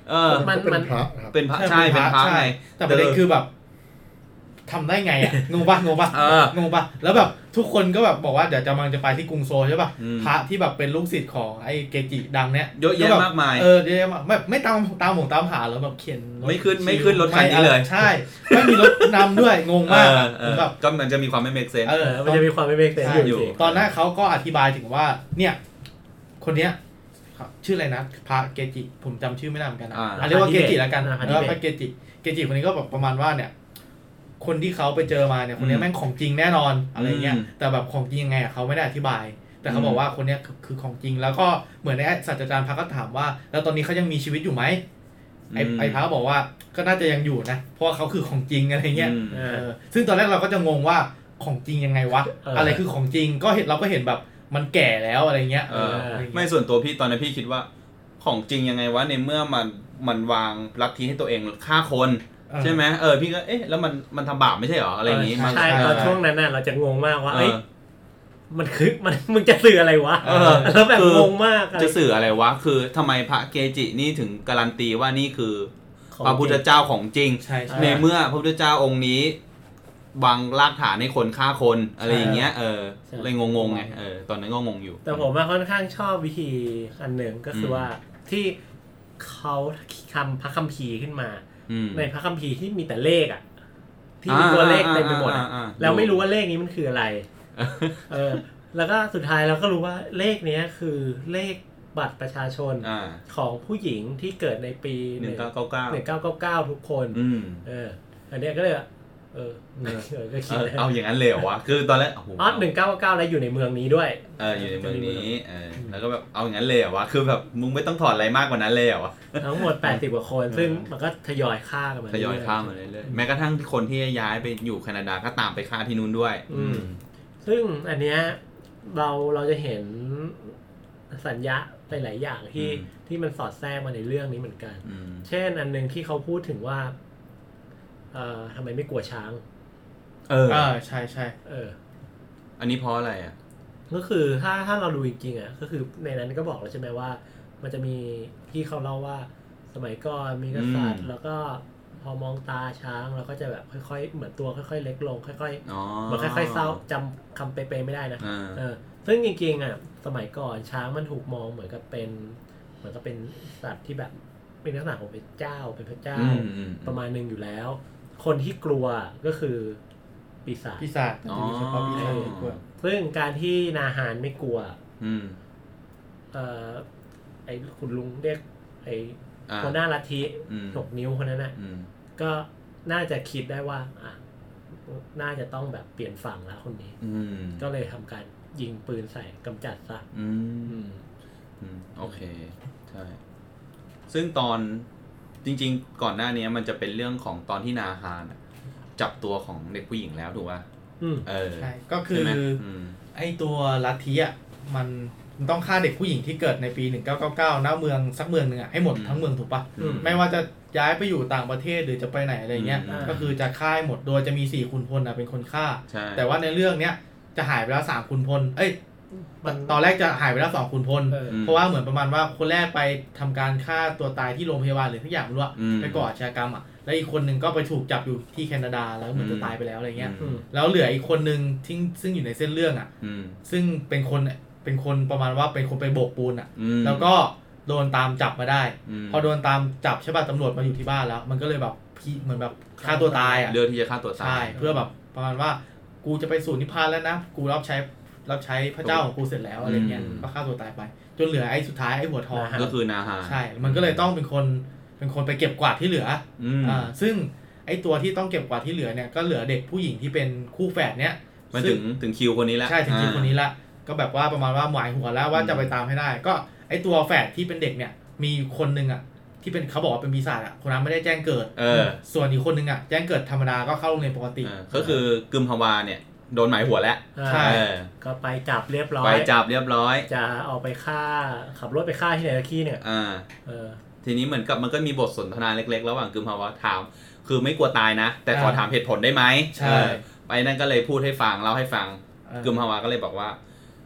เออ
มันเป็นพระครับ
เป็นพระใช่เป็นพระไง
แต่ประเด็นคือแบบทำได้ไงอ่ะงงป่ะงงป่ะงงป่ะแล้วแบบทุกคนก็แบบบอกว่าเดี๋ยวจะมันจะไปที่กรุงโซลใช่ป่ะพระที่แบบเป็นลูกศิษย์ของไอ้เกจิดังเนี้ย
เยอะแยะมากมาย
เออเยอะแยะมากไม่ไม่ตามตามหงตามหาแล้วแบบเขียน
ไม่ขึ้นไม่ขึ้นรถคันนี้เลย
ใช่ไม่มีรถนำด้วยงงมาก
แบบก็มันจะมีความไม่เมคเซนส์
เออมันจะมีความไม่เมคเซนส์อยู่
ตอนนั้นเขาก็อธิบายถึงว่าเนี่ยคนเนี้ยชื่ออะไรนะพระเกจิผมจำชื่อไม่ได้เหมือนกันนะเรียกว่าเกจิแล้วกันแล้วพระเกจิเกจิคนนี้ก็แบบประมาณว่าเนี่ยคนที่เขาไปเจอมาเนี่ยคนนี้แม่งของจริงแน่นอนอะไรเงี้ยแต่แบบของจริงยังไงเขาไม่ได้อธิบายแต่เขาบอกว่าคนนี้คือของจริงแล้วก็เหมือนในศาสตราจารย์พระก็ถามว่าแล้วตอนนี้เขายังมีชีวิตอยู่ไหมไอ้ไอ้พระก็บอกว่าก็น่าจะยังอยู่นะเพราะเขาคือของจริงอะไรเงี้ยซึ่งตอนแรกเราก็จะงงว่าของจริงยังไงวะอะไรคือของจริงก็เห็นเราก็เห็นแบบมันแก่แล้วอะไรเงี้ย
ไม่ส่วนตัวพี่ตอนนั้นพี่คิดว่าของจริงยังไงวะในเมื่อมันมันวางลัทธิให้ตัวเองฆ่าคนใช่ไหมเออพี่ก็เอ๊ะแล้วมันมันทำบาปไม่ใช่หรออะไรอย่างงี้
ใช่ตอนช่วงนั้นน่ะเราจะงงมากว่าเอ้ยมันคือมันมึงจะสื่ออะไรวะแล้วแบบงงมาก
จะสื่ออะไรวะคือทำไมพระเกจินี่ถึงการันตีว่านี่คือพระพุทธเจ้าของจริงในเมื่อพระพุทธเจ้าองค์นี้วางรากฐานให้คนฆ่าคนอะไรอย่างเงี้ยเออเลยงงๆไงเออตอนนั้นก็งงอยู่
แต่ผมว่าค่อนข้างชอบวิธีอันหนึ่งก็คือว่าที่เขาทำพระคัมภีร์ขึ้นมาในพระคัมภีร์ที่มีแต่เลขอ่ะที่มีตัวเลขเต็มไปหมดแล้วไม่รู้ว่าเลขนี้มันคืออะไรเออแล้วก็สุดท้ายเราก็รู้ว่าเลขนี้คือเลขบัตรประชาชนของผู้หญิงที่เกิดในปี
หนึ่งเก้าเก้าเก้า
หนึ่งเก้าเก้าเก้าทุกคนเอออันนี้ก็เลยเออเออก็คิด
เอาอย่างนั้นเลยเหรอวะคือตอนแรก
อ๋อหนึ่งเก้าเก้าเก้าแล้วอยู่ในเมืองนี้ด้วย
เอออยู่ในเมืองนี้เออแล้วก็แบบเอาอย่างนั้นเลยเหรอวะคือแบบมึงไม่ต้องถอดอะไรมากกว่านั้นเลยเหรอวะ
ทั้งหมดแปดสิบกว่าคนซึ่งมันก็ทยอยฆ่ากันมา
ทยอยฆ่ามาเรื่อยๆแม้กระทั่งคนที่ย้ายไปอยู่แคนาดาก็ตามไปฆ่าที่นู่นด้วย
อืมซึ่งอันเนี้ยเราเราจะเห็นสัญญาไปหลายอย่างที่ที่มันสอดแทรกมาในเรื่องนี้เหมือนกันเช่นอันนึงที่เขาพูดถึงว่าเอ่อทำไมไม่กลัวช้าง
เอออ่าใช่ใช่
เออ
อันนี้เพราะอะไรอ่ะ
ก็คือถ้าถ้าเราดูจริงๆอ่ะก็คือในนั้นก็บอกแล้วใช่ไหมว่ามันจะมีที่เขาเล่าว่าสมัยก่อนมีกษัตริย์แล้วก็พอมองตาช้างเราก็จะแบบค่อยๆเหมือนตัวค่อยๆเล็กลงค่อยๆมันค่อยๆเศร้าจำคำเป๊ะๆไม่ได้นะเออซึ่งจริงๆอ่ะสมัยก่อนช้างมันถูกมองเหมือนกับเป็นเหมือนกับเป็นสัตว์ที่แบบเป็นลักษณะของเป็นเจ้าเป็นพระเจ้าประมาณนึงอยู่แล้วคนที่กลัวก็คือปีศาจ
ปีศาจอ๋อเฉพาะปีศาจกลัว
ซึ่งการที่นาหารไม่กลัว
อืม
เอ่อไอ้คุณลุงเรียกไอ้คนหน้าลัทธิหกนิ้วคนนั้นน่ะก็น่าจะคิดได้ว่าอ่ะน่าจะต้องแบบเปลี่ยนฝั่งแล้วคนนี้ก็เลยทำการยิงปืนใส่กำจัดซะ
อืมอืมโอเคใช่ซึ่งตอนจริงๆก่อนหน้านี้มันจะเป็นเรื่องของตอนที่นาฮานจับตัวของเด็กผู้หญิงแล้วถูกป่ะเออ
ใช่ก็คือไอ้ตัวลัทธิอ่ะมันต้องฆ่าเด็กผู้หญิงที่เกิดในปีหนึ่งเก้าเก้าเก้าณเมืองสักเมืองนึงอ่ะให้หมดทั้งเมืองถูกป่ะไม่ว่าจะย้ายไปอยู่ต่างประเทศหรือจะไปไหนอะไรเงี้ยก็คือจะฆ่าหมดโดยจะมีสี่ขุนพลน่ะเป็นคนฆ่าแต่ว่าในเรื่องเนี้ยจะหายไปแล้วสามขุนพลเอ้ยตอนแรกจะหายไปแล้วสองขุนพลเพราะว่าเหมือนประมาณว่าคนแรกไปทำการฆ่าตัวตายที่โรงพยาบาลหรือทุกอย่างไม่รู้ไปก่ออาชญากรรมอ่ะแล้วอีกคนนึงก็ไปถูกจับอยู่ที่แคนาดาแล้วเหมือนจะตายไปแล้วอะไรเงี้ยแล้วเหลืออีกคนนึงที่ซึ่งอยู่ในเส้นเรื่องอ่ะซึ่งเป็นคนเป็นคนประมาณว่าเป็นคนไปโบกปูนอ่ะแล้วก็โดนตามจับมาได้พอโดนตามจับใช่ป่ะตำรวจมาอยู่ที่บ้านแล้วมันก็เลยแบบพี่เหมือนแบบฆ่าตัวตายอ่ะ
เรื่องที่จะฆ่าตัวตาย
ใช่เพื่อแบบประมาณว่ากูจะไปสู่นิพพานแล้วนะกูรับใช้รับใช้พระเจ้าของกูเสร็จแล้วอะไรเงี้ยก็ฆ่าตัวตายไปจนเหลือไอ้สุดท้ายไอ้หัวทอง
ก็คือนาฮา
ใช่มันก็เลยต้องเป็นคนเป็นคนไปเก็บกวาดที่เหลืออ่าซึ่งไอ้ตัวที่ต้องเก็บกวาดที่เหลือเนี่ยก็เหลือเด็กผู้หญิงที่เป็นคู่แฝดเนี้ย
มาถึงถึงคิวคนนี้แล้ว
ใช่ถึงคิวคนนี้ละก็แบบว่าประมาณว่าหมายหัวแล้วว่าจะไปตามให้ได้ก็ไอ้ตัวแฝดที่เป็นเด็กเนี่ยมีคนนึงอ่ะที่เป็นเขาบอกว่าเป็นปีศาจอ่ะคนนั้นไม่ได้แจ้งเกิดส่วนอีกคนนึงอ่ะแจ้งเกิดธรรมดาก็เข้าโรงเรียนปกติ
ก็คือกึมฮาวาเนี่ยโดนหมายหัวแล้ว
ใช่ก็ไปจับเรียบร้อย
ไปจับเรียบร้อย
จะเอาไปฆ่าขับรถไปฆ่าที่ไหนตะกี้เนี่ย
อ่าเออทีนี้เหมือนกับมันก็มีบทสนทนาเล็กๆระหว่างกึมฮาวาถามคือไม่กลัวตายนะแต่ขอถามเหตุผลได้ไหม
ใช่
ไปนั่นก็เลยพูดให้ฟังเล่าให้ฟังกึมฮาวาก็เลยบอกว่า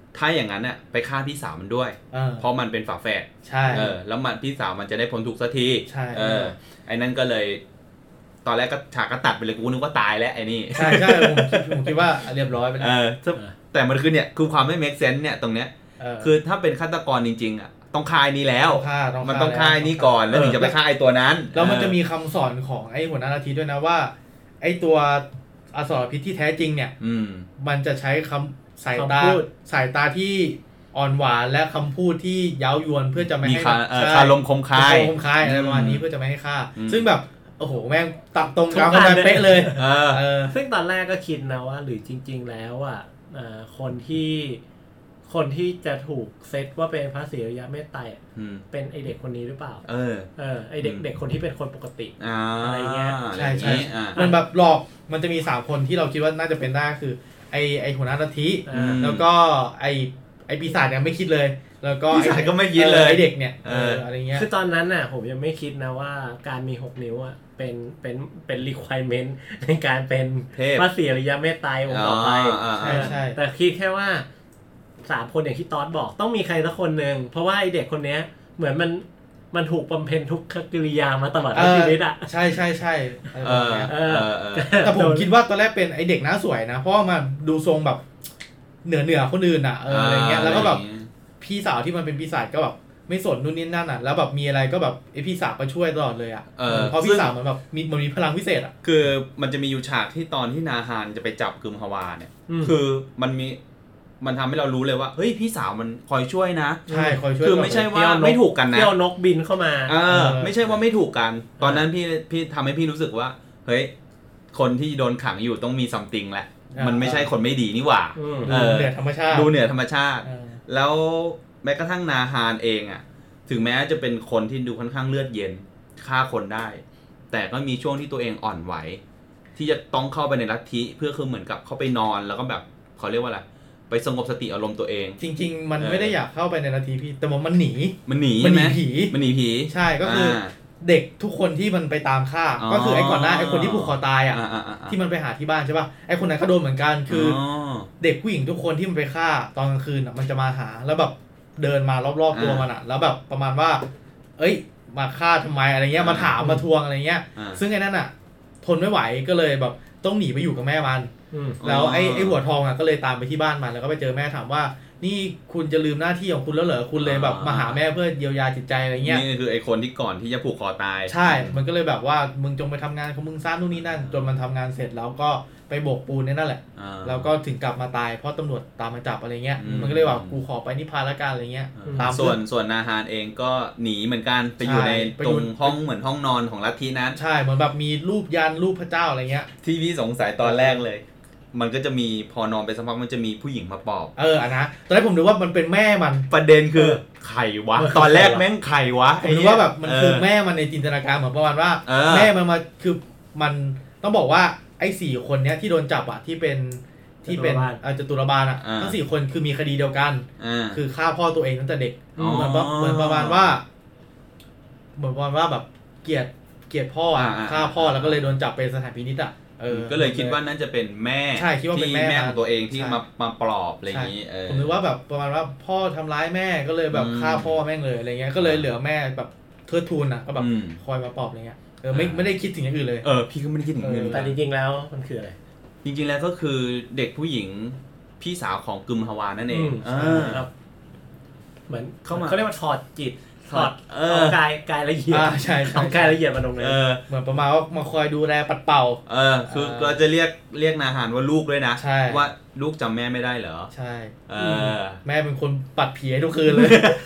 ถ้าอย่างนั้นเนี่ยไปฆ่าพี่สาวมันด้วยเพราะมันเป็นฝาแฝด
ใช่
เออแล้วมันพี่สาวมันจะได้พ้นทุกข์สักที
ใช่
เออไอ้นั่นก็เลยตอนแรกก็ฉากก็ตัดไปเลยกูนึกว่าตายแล้วไอ้นี่
ใช่ใช่ผมคิดผมคิดว่าเรียบร้อยไปแล้ว
เออแต่มันคือเนี่ยคือความไม่ make sense เนี่ยตรงเนี้ยคือถ้าเป็นฆาตกรจริงๆอ่ะต้องฆ่าไอ้นี่แล้วมันต้องฆ่าไอ้นี่ก่อนแล้วถึงจะไปฆ่าไอ้ตัวนั้น
แล้วมันจะมีคำสอนของไอ้หัวหน้าลัทธิด้วยนะว่าไอ้ตัวอสรพิษที่แท้จริงเนี่ยมันจะใช้คำสายตาสายตาที่อ่อนหวานและคำพูดที่เย้ายวนเพื่อจะไม่ให้
คาลมคมคาย
คมคายอะไรประมาณนี้เพื่อจะไม่ให้ฆ่าซึ่งแบบโอ้โหแม่งตัดตรงกลางกันเป๊ะเลย
เออซึ่งตอนแรกก็คิดนะว่าหรือจริงๆแล้วอ่ะคนที่คนที่จะถูกเซตว่าเป็นพระศรีอริยเมตไตรเป็นไอเด็กคนนี้หรือเปล่า
เออ
เออไอเด็กเด็กคนที่เป็นคนปกติอะไรเงี้ย
ใช่ใช่มันแบบหลอกมันจะมีสามคนที่เราคิดว่าน่าจะเป็นได้คือไอไอหัวหน้าลัทธิแล้วก็ไอไอปีศาจเนี่ยไม่คิดเลยแล้วก็
ปีศาจก็ไม่คิดเลย
ไอเด็กเนี่ยเอออะไรเงี้ย
คือตอนนั้นน่ะผมยังไม่คิดนะว่าการมีหกนิ้วอ่ะเป็นเป็นเป็น requirement ในการเป็นพระศรีอริยเมตไตรองค์ต่อไป
ใช่ใช่
แต่คิดแค่ว่าสามคนอย่างที่ตอสบอกต้องมีใครสักคนนึงเพราะว่าไอเด็กคนเนี้ยเหมือนมันมันถูกบำเพ็ญทุกขกิริยามาตลอดชีวิตอ่ะ
ใช่ใช่ใช่แต่ผมคิดว่าตอนแรกเป็นไอเด็กหน้าสวยนะเพราะว่ามันดูทรงแบบเหนือเหนือคนอื่นอ่ะเอออะไรเงี้ยแล้วก็แบบพี่สาวที่มันเป็นปีศาจก็แบบไม่สนนู่นนี่นั่นอ่ะแล้วแบบมีอะไรก็แบบไอพี่สาวก็ช่วยตลอดเลยอ่ะเพราะพี่สาวมันแบบมีมันมีพลังพิเศษอ่ะ
คือมันจะมีอยู่ฉากที่ตอนที่นาฮานจะไปจับกึมฮวาเนี่ยคือมันมีมันทำให้เรารู้เลยว่าเฮ้ยพี่สาวมันคอยช่วยนะ
ใช่คอยช่วย
คือไม่ใช่ว่าไม่ถูกกันนะ
เที่ยวนกบินเข้ามา
เออไม่ใช่ว่าไม่ถูกกันตอนนั้นพี่พี่ทำให้พี่รู้สึกว่าเฮ้ยคนที่โดนขังอยู่ต้องมีซัมติงแหละมันไม่ใช่คนไม่ดีนี่หว่า
ดูเหนือธรรมชาติ
ดูเหนือธรรมชาติแล้วแม้กระทั่งนาฮานเองอ่ะถึงแม้จะเป็นคนที่ดูค่อนข้างเลือดเย็นฆ่าคนได้แต่ก็มีช่วงที่ตัวเองอ่อนไหวที่จะต้องเข้าไปในลัทธิเพื่อคือเหมือนกับเข้าไปนอนแล้วก็แบบเขาเรียกว่าอะไรไปสงบสติอารมณ์ตัวเอง
จริงๆมันไม่ได้อยากเข้าไปในลัทธิพี่แต่มันหนี
มันหนี
มันหนีผี
มันหนีผี
ใช่ก็คือเด็กทุกคนที่มันไปตามฆ่าก็คือไอ้ก่อนหน้าไอ้คนที่ผูกคอตายอ่ะที่มันไปหาที่บ้านใช่ป่ะไอ้คนนั้นก็โดนเหมือนกันคือเด็กผู้หญิงทุกคนที่มันไปฆ่าตอนกลางคืนอ่ะมันจะมาหาแล้วแบบเดินมารอบๆตัวมันอ่ะแล้วแบบประมาณว่าเอ้ยมาฆ่าทำไมอะไรเงี้ยมาถามมาทวงอะไรเงี้ยซึ่งไอ้นั่นอ่ะทนไม่ไหวก็เลยแบบต้องหนีไปอยู่กับแม่มันแล้วไอ้ไอ้หัวทองอ่ะก็เลยตามไปที่บ้านมันแล้วก็ไปเจอแม่ถามว่านี่คุณจะลืมหน้าที่ของคุณแล้วเหรอคุณเลยแบบมาหาแม่เพื่อเยียวยาจิตใจอะไรเงี้ย
นี่คือไอ้คนที่ก่อนที่จะผูกคอตาย
ใช่มันก็เลยแบบว่ามึงจงไปทำงานของมึงซ่านู่นนี่นั่นจนมันทำงานเสร็จแล้วก็ไปโบกปูนนั่นแหละแล้วก็ถึงกลับมาตายเพราะตำรวจตามมาจับอะไรเงี้ยมันก็เลยว่ากูขอไปนิพพานละกันอะไรเงี้ย
ตามส่วนส่วนนาฮานเองก็หนีเหมือนกันไปอยู่ในตรงห้องเหมือนห้องนอนของลัทธินั้น
ใช่เหมือนแบบมีรูปยันรูปพระเจ้าอะไรเงี้ย
ที่พี่สงสัยตอนแรกเลยมันก็จะมีพอนอนไปสักพักมันจะมีผู้หญิงมาปอบ
เอออ่ะนะตอนแรกผมนึกว่ามันเป็นแม่มัน
ประเด็นคือใครวะตอนแรกแม่งใครวะ
ผมนึกว่าแบบมันคือแม่มันในจินตนาการเหมือนประมาณว่าแม่มันมาคือมันต้องบอกว่าไอ้สี่คนเนี้ยที่โดนจับอะที่เป็นที่เป็นจตุรบาลอะทั้งสี่คนคือมีคดีเดียวกันคือฆ่าพ่อตัวเองตั้งแต่เด็กเหมือนเหมือนประมาณว่าเหมือนประมาณว่าแบบเกลียดเกลียดพ่ออะฆ่าพ่อแล้วก็เลยโดนจับไปสถานพินิจอะ
ก็เลยคิดว่านั่นจะเป็นแม่
ใช่คิดว่าเป็นแม่
ของตัวเองที่มามาปลอบอะไรอย่างนี้
ผมนึกว่าแบบประมาณว่าพ่อทำร้ายแม่ก็เลยแบบฆ่าพ่อแม่งเลยอะไรเงี้ยก็เลยเหลือแม่แบบเทิดทูนอ่ะก็แบบคอยมาปลอบอะไรเงี้ยเออไม่ไม่ได้คิดถึงอย่างอื่นเลย
เออพี่ก็ไม่ได้คิดถึงอย่างอื่น
แต่จริงๆแล้วมันคืออะไร
จริงๆแล้วก็คือเด็กผู้หญิงพี่สาวของกึมฮวานั่นเอง
ครับเหมือนเขาเรียกว่าถอดจิตถอดกายกายละเอียด
ใช่
เอากายละเอียดมาลงเลย
เหมือนประมาณว่ามาคอยดูแลปัดเป่า
เออคือเราจะเรียกเรียกนาฮานว่าลูกด้วยนะว่าลูกจำแม่ไม่ได้เหรอ
ใช่เออแม่เป็นคนปัดผีทุกคืนเลย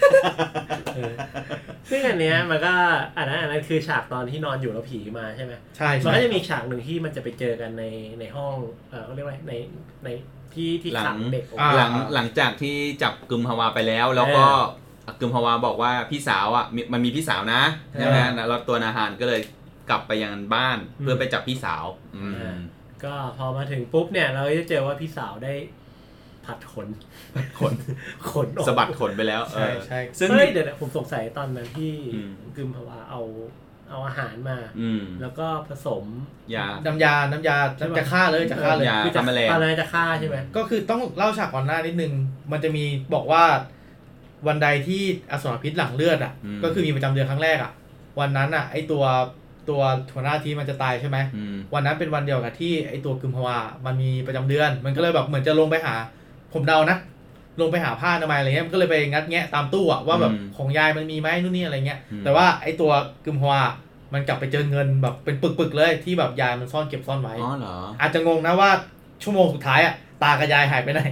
ซึ่งอันเนี้ยมันก็อันนั้นอันนั้นคือฉากตอนที่นอนอยู่แล้วผีมาใช่ไหม
ใช่
มันก็จะมีฉากหนึ่งที่มันจะไปเจอกันในในห้องเออเขาเรียกว่าในในที่ที่ขังเด็ก
หลังหลังจากที่จับกึมฮวาไปแล้วแล้วก็กึมฮวาบอกว่าพี่สาวอ่ะมันมีพี่สาวนะใช่ไหมแล้วตัวนาฮานก็เลยกลับไปยังบ้านเพื่อไปจับพี่สาว
ก็พอมาถึงปุ๊บเนี่ยเราจะเจอว่าพี่สาวได้ผัดขน
ขนขนสะบัดขนไปแล้ว
ใช่ใช่
ซึ่งเดี๋ยวผมสงสัยตอนนั้นที่กึมฮวาเอาเอเอาอาหารมาแล้วก็ผสม
ยา
น้ำยาน้ำยาจะฆ่าเลยจะฆ่าเลย
คือจะ
อะไรจะฆ่าใช่ไหม
ก็คือต้องเล่าฉากก่อนหน้านิดนึงมันจะมีบอกว่าวันใดที่อสรพิษหลั่งเลือดอ่ะก็คือมีประจำเดือนครั้งแรกอ่ะวันนั้นอ่ะไอตัวตัวหัวหน้าทีมันจะตายใช่ไหมวันนั้นเป็นวันเดียวกับที่ไอตัวกึมฮวามันมีประจำเดือนมันก็เลยแบบเหมือนจะลงไปหาผมเดานะลงไปหาผ้าอนามัยอะไรเงี้ยมันก็เลยไปงัดแงะตามตู้อ่ะว่าแบบของยายมันมีไหมนู่นนี่อะไรเงี้ยแต่ว่าไอตัวกึมฮวามันกลับไปเจอเงินแบบเป็นปึกๆเลยที่แบบยายมันซ่อนเก็บซ่อนไว้
อ๋อเหรอ
อาจจะงงนะว่าชั่วโมงสุดท้ายอ่ะตากับยายหายไปไหน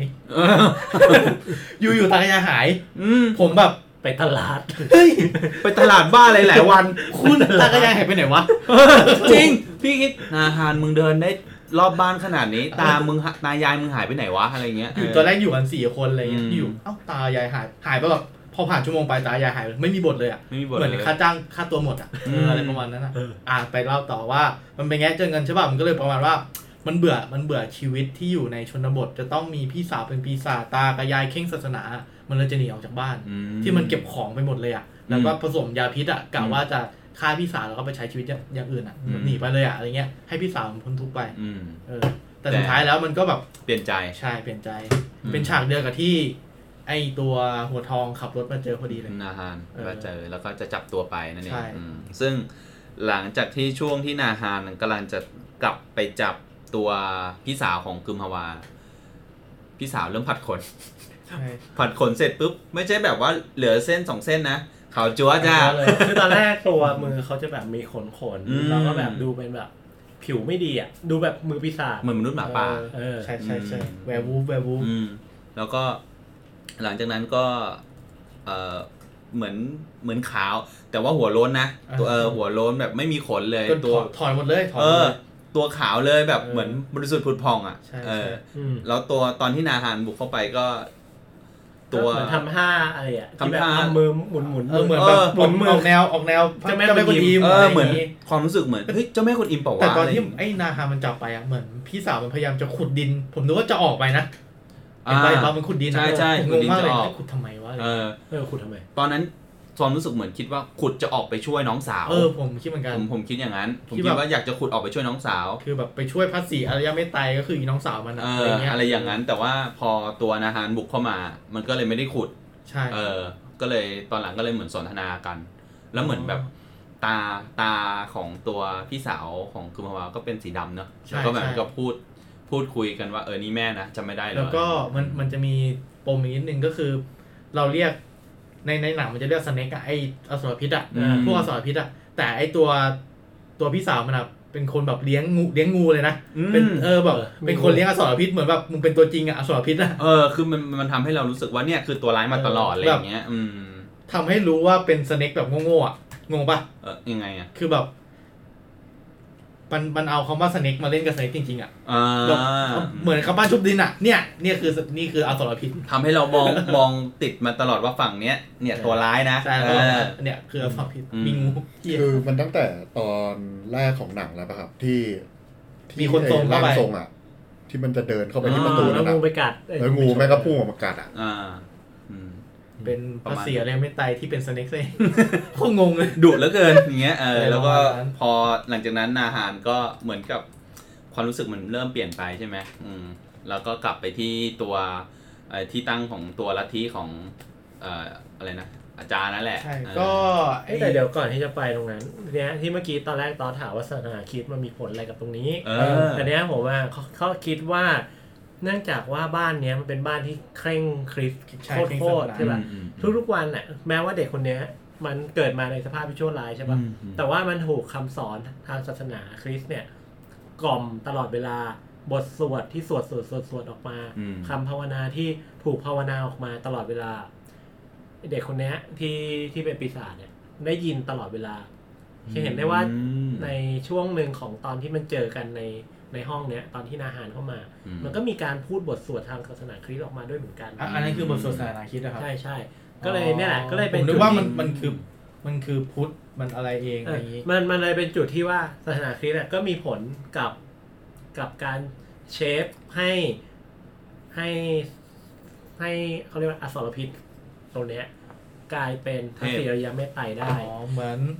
อยู่ๆตากับยายหายผมแบบ
ไปตลาด
เฮ้ย
ไปตลาดบ้าหลายๆวัน
คุณตากับยายหายไปไหนวะ
จริงพี่คิดนาฮานมึงเดินได้รอบบ้านขนาดนี้ตามึงตายายมึงหายไปไหนวะอะไรเงี้ย
อยู่ตอนแรกอยู่กันสี่คนอะไรเงี้ยอยู่เอ้าตายายหายหายไปแบบพอผ่านชั่วโมงไปตายายหายไม่มีบทเลยอ่ะเหมือนค่าจ้างค่าตัวหมดอ่ะอะไรประมาณนั้นอ่ะอ่ะไปเล่าต่อว่ามันเป็นแง่เจอเงินใช่ป่ะมันก็เลยประมาณว่ามันเบื่อมันเบื่อชีวิตที่อยู่ในชนบทจะต้องมีพี่สาวเป็นปีศาจตากับยายเข่งศาสนามันเลยจะหนีออกจากบ้านที่มันเก็บของไปหมดเลยอ่ะแล้วก็ผสมยาพิษอ่ะกะว่าจะฆ่าพี่สาวแล้วก็ไปใช้ชีวิตอย่างอื่นอ่ะหนีไปเลยอ่ะอะไรเงี้ยให้พี่สาวพ้นทุกข์ไปเออแต่สุดท้ายแล้วมันก็แบบ
เปลี่ยนใจ
ใช่เปลี่ยนใจเป็นฉากเดียวกับที่ไอตัวหัวทองขับรถมาเจอพอดีเลย
นาฮานมาเจอแล้วก็จะจับตัวไปนั่นเองซึ่งหลังจากที่ช่วงที่นาฮานกำลังจะกลับไปจับตัวพี่สาวของกึมฮวาพี่สาวเริ่มผัดขนผัดขนเสร็จปุ๊บไม่ใช่แบบว่าเหลือเส้นสองเส้นนะขาวจั๊วจ้า
คือตอนแรกตัวมือเขาจะแบบมีขนขนแล้วก็แบบดูเป็นแบบผิวไม่ดีอ่ะดูแบบมือปีศาจ
เหมือนมนุษย์หมาป่า
ใช่ใช่ใช่แวร์วูฟแวร์วูฟ
แล้วก็หลังจากนั้นก็เออเหมือนเหมือนขาวแต่ว่าหัวโล้นนะตัวเออหัวโล้นแบบไม่มีขนเลย
ตัวถอนหมดเลยถอน
ตัวขาวเลยแบบเหมือนบริสุทธิ์ผุดผ่องอ่ะเออแล้วตัวตอนที่นาฮานบุกเข้าไปก็
ตัวเหมือนทำท่าอะไรอ่ะที่แบบทำมือหมุนหมุน
เออเหมือนแบบหมุนมือออกแนวออกแนว
เจ้าแม่กวนอิม
เออเหมือนความรู้สึกเหมือนเฮ้ยเจ้าแม่กวนอิมเปล่าวะ
แต่ตอนที่ไอ้นาฮานมันจับไปอ่ะเหมือนพี่สาวมันพยายามจะขุดดินผมนึกว่าจะออกไปนะเห็นไปเรามันขุดดินนะ
ใช่ใช่
งงมากเลยขุดทำไมวะ
เออเออขุดทำไม
ตอนนั้นความรู้สึกเหมือนคิดว่าขุดจะออกไปช่วยน้องสาว
เออผมคิดเหมือนกัน
ผมผมคิดอย่างนั้นผมคิดว่าอยากจะขุดออกไปช่วยน้องสาว
คือแบบไปช่วยพัสสีอารยะไม่ตายก็คืออีน้องสาวมัน
อะไรเงี้ยอะไรอย่างนั้นแต่ว่าพอตัวนาฮานบุกเข้ามามันก็เลยไม่ได้ขุด
ใช่
เออก็เลยตอนหลังก็เลยเหมือนสนทนากันแล้วเหมือนแบบตาตาของตัวพี่สาวของกึมฮวาก็เป็นสีดำเนอะแล้วก็แบบก็พูดพูดคุยกันว่าเออนี่แม่นะจำไม่ได้เลย
แล้วก็มันมันจะมีปมอีกนิดนึงก็คือเราเรียกในในหนังมันจะเรียกสเนกอะไออสรพิษอะพวกอสรพิษอะแต่ไอตัวตัวพี่สาวมันอะเป็นคนแบบเลี้ยงงูเลี้ยงงูเลยนะเป็นเออแบบเป็นคนเลี้ยงอสรพิษเหมือนแบบมึงเป็นตัวจริงอะอสรพิษอะ
เออคือมันมันทำให้เรารู้สึกว่าเนี่ยคือตัวร้ายมาตลอดอะไรอย่างเงี้ยอืม
ทำให้รู้ว่าเป็นสเนกแบบโง่ๆอะงงปะ
เออยังไงอะ
คือแบบมันมันเอาคำว่าสเน็กมาเล่นกับสเน็กจริงๆอ่ะเหมือนคำบ้านชุบดินอ่ะเนี่ยเนี่ยคือนี่คืออสรพิษ
ทำให้เรามองมองติดมาตลอดว่าฝั่งเนี้ยเนี่ยตัวร้ายนะ
ใช่เนี่ยคืออสรพิษมีงู
คือมันตั้งแต่ตอนแรกของหนังแล้วป่ะครับที่
มีคนทรงเข้าไป
ทรงอ่ะที่มันจะเดินเข้าไปที่ประตู
แล้วงูไปกัด
แล้วงูแม่งก็พุ่งออกมากัดอ่ะ
เป็นภาษีอะไรไม่ตายที่เป็นสเน็กเลยโคตรงงเลย
ดุเหลือเกินอย่างเงี้ยเออแล้วก็พอหลังจากนั้นนาฮานก็เหมือนกับความรู้สึกมันเริ่มเปลี่ยนไปใช่ไหมอืมแล้วก็กลับไปที่ตัวที่ตั้งของตัวลัทธิของเอ่ออะไรนะอาจารย์นั่นแหละ
ใช่ก็
แต่เดี๋ยวก่อนที่จะไปตรงนั้นเนี้ยที่เมื่อกี้ตอนแรกตอนถามว่าศาสนาคริสต์มันมีผลอะไรกับตรงนี้แต่เนี้ยผมว่าเขาเขาคิดว่าเนื่องจากว่าบ้านนี้มันเป็นบ้านที่เคร่งคริสต์โคตรใช่ป่ะทุกๆวันน่ะแม้ว่าเด็กคนนี้มันเกิดมาในสภาพที่ชั่วร้ายใช่ป่ะแต่ว่ามันถูกคำสอนทางศาสนาคริสต์เนี่ยกล่อมตลอดเวลาบทสวดที่สวดสวดสวดสวดออกมาคำภาวนาที่ถูกภาวนาออกมาตลอดเวลาเด็กคนนี้ที่ที่เป็นปีศาจเนี่ยได้ยินตลอดเวลาจะเห็นได้ว่าในช่วงหนึ่งของตอนที่มันเจอกันในในห้องเนี้ยตอนที่นาฮานเข้ามามันก็มีการพูดบทสวดทางศาสนาคริสต์ออกมาด้วยเหมือนกัน
อันนั้นคือบทสวดศาสนาคริสต์นะครับ
ใช่ใช่ก็เลยเนี่ยแหละก็เลยเป็น
ผมนึกว่ามันมันคือมันคือพุทธมันอะไรเองอะไรอย่างนี้
มันมันเลยเป็นจุดที่ว่าศาสนาคริสต์ก็มีผลกับกับการเชฟให้ให้ให้เขาเรียกว่าอสรพิษตรงเนี้ยกลายเป็นพระศรีอริยเมตไตรได้
อ๋อเหมือน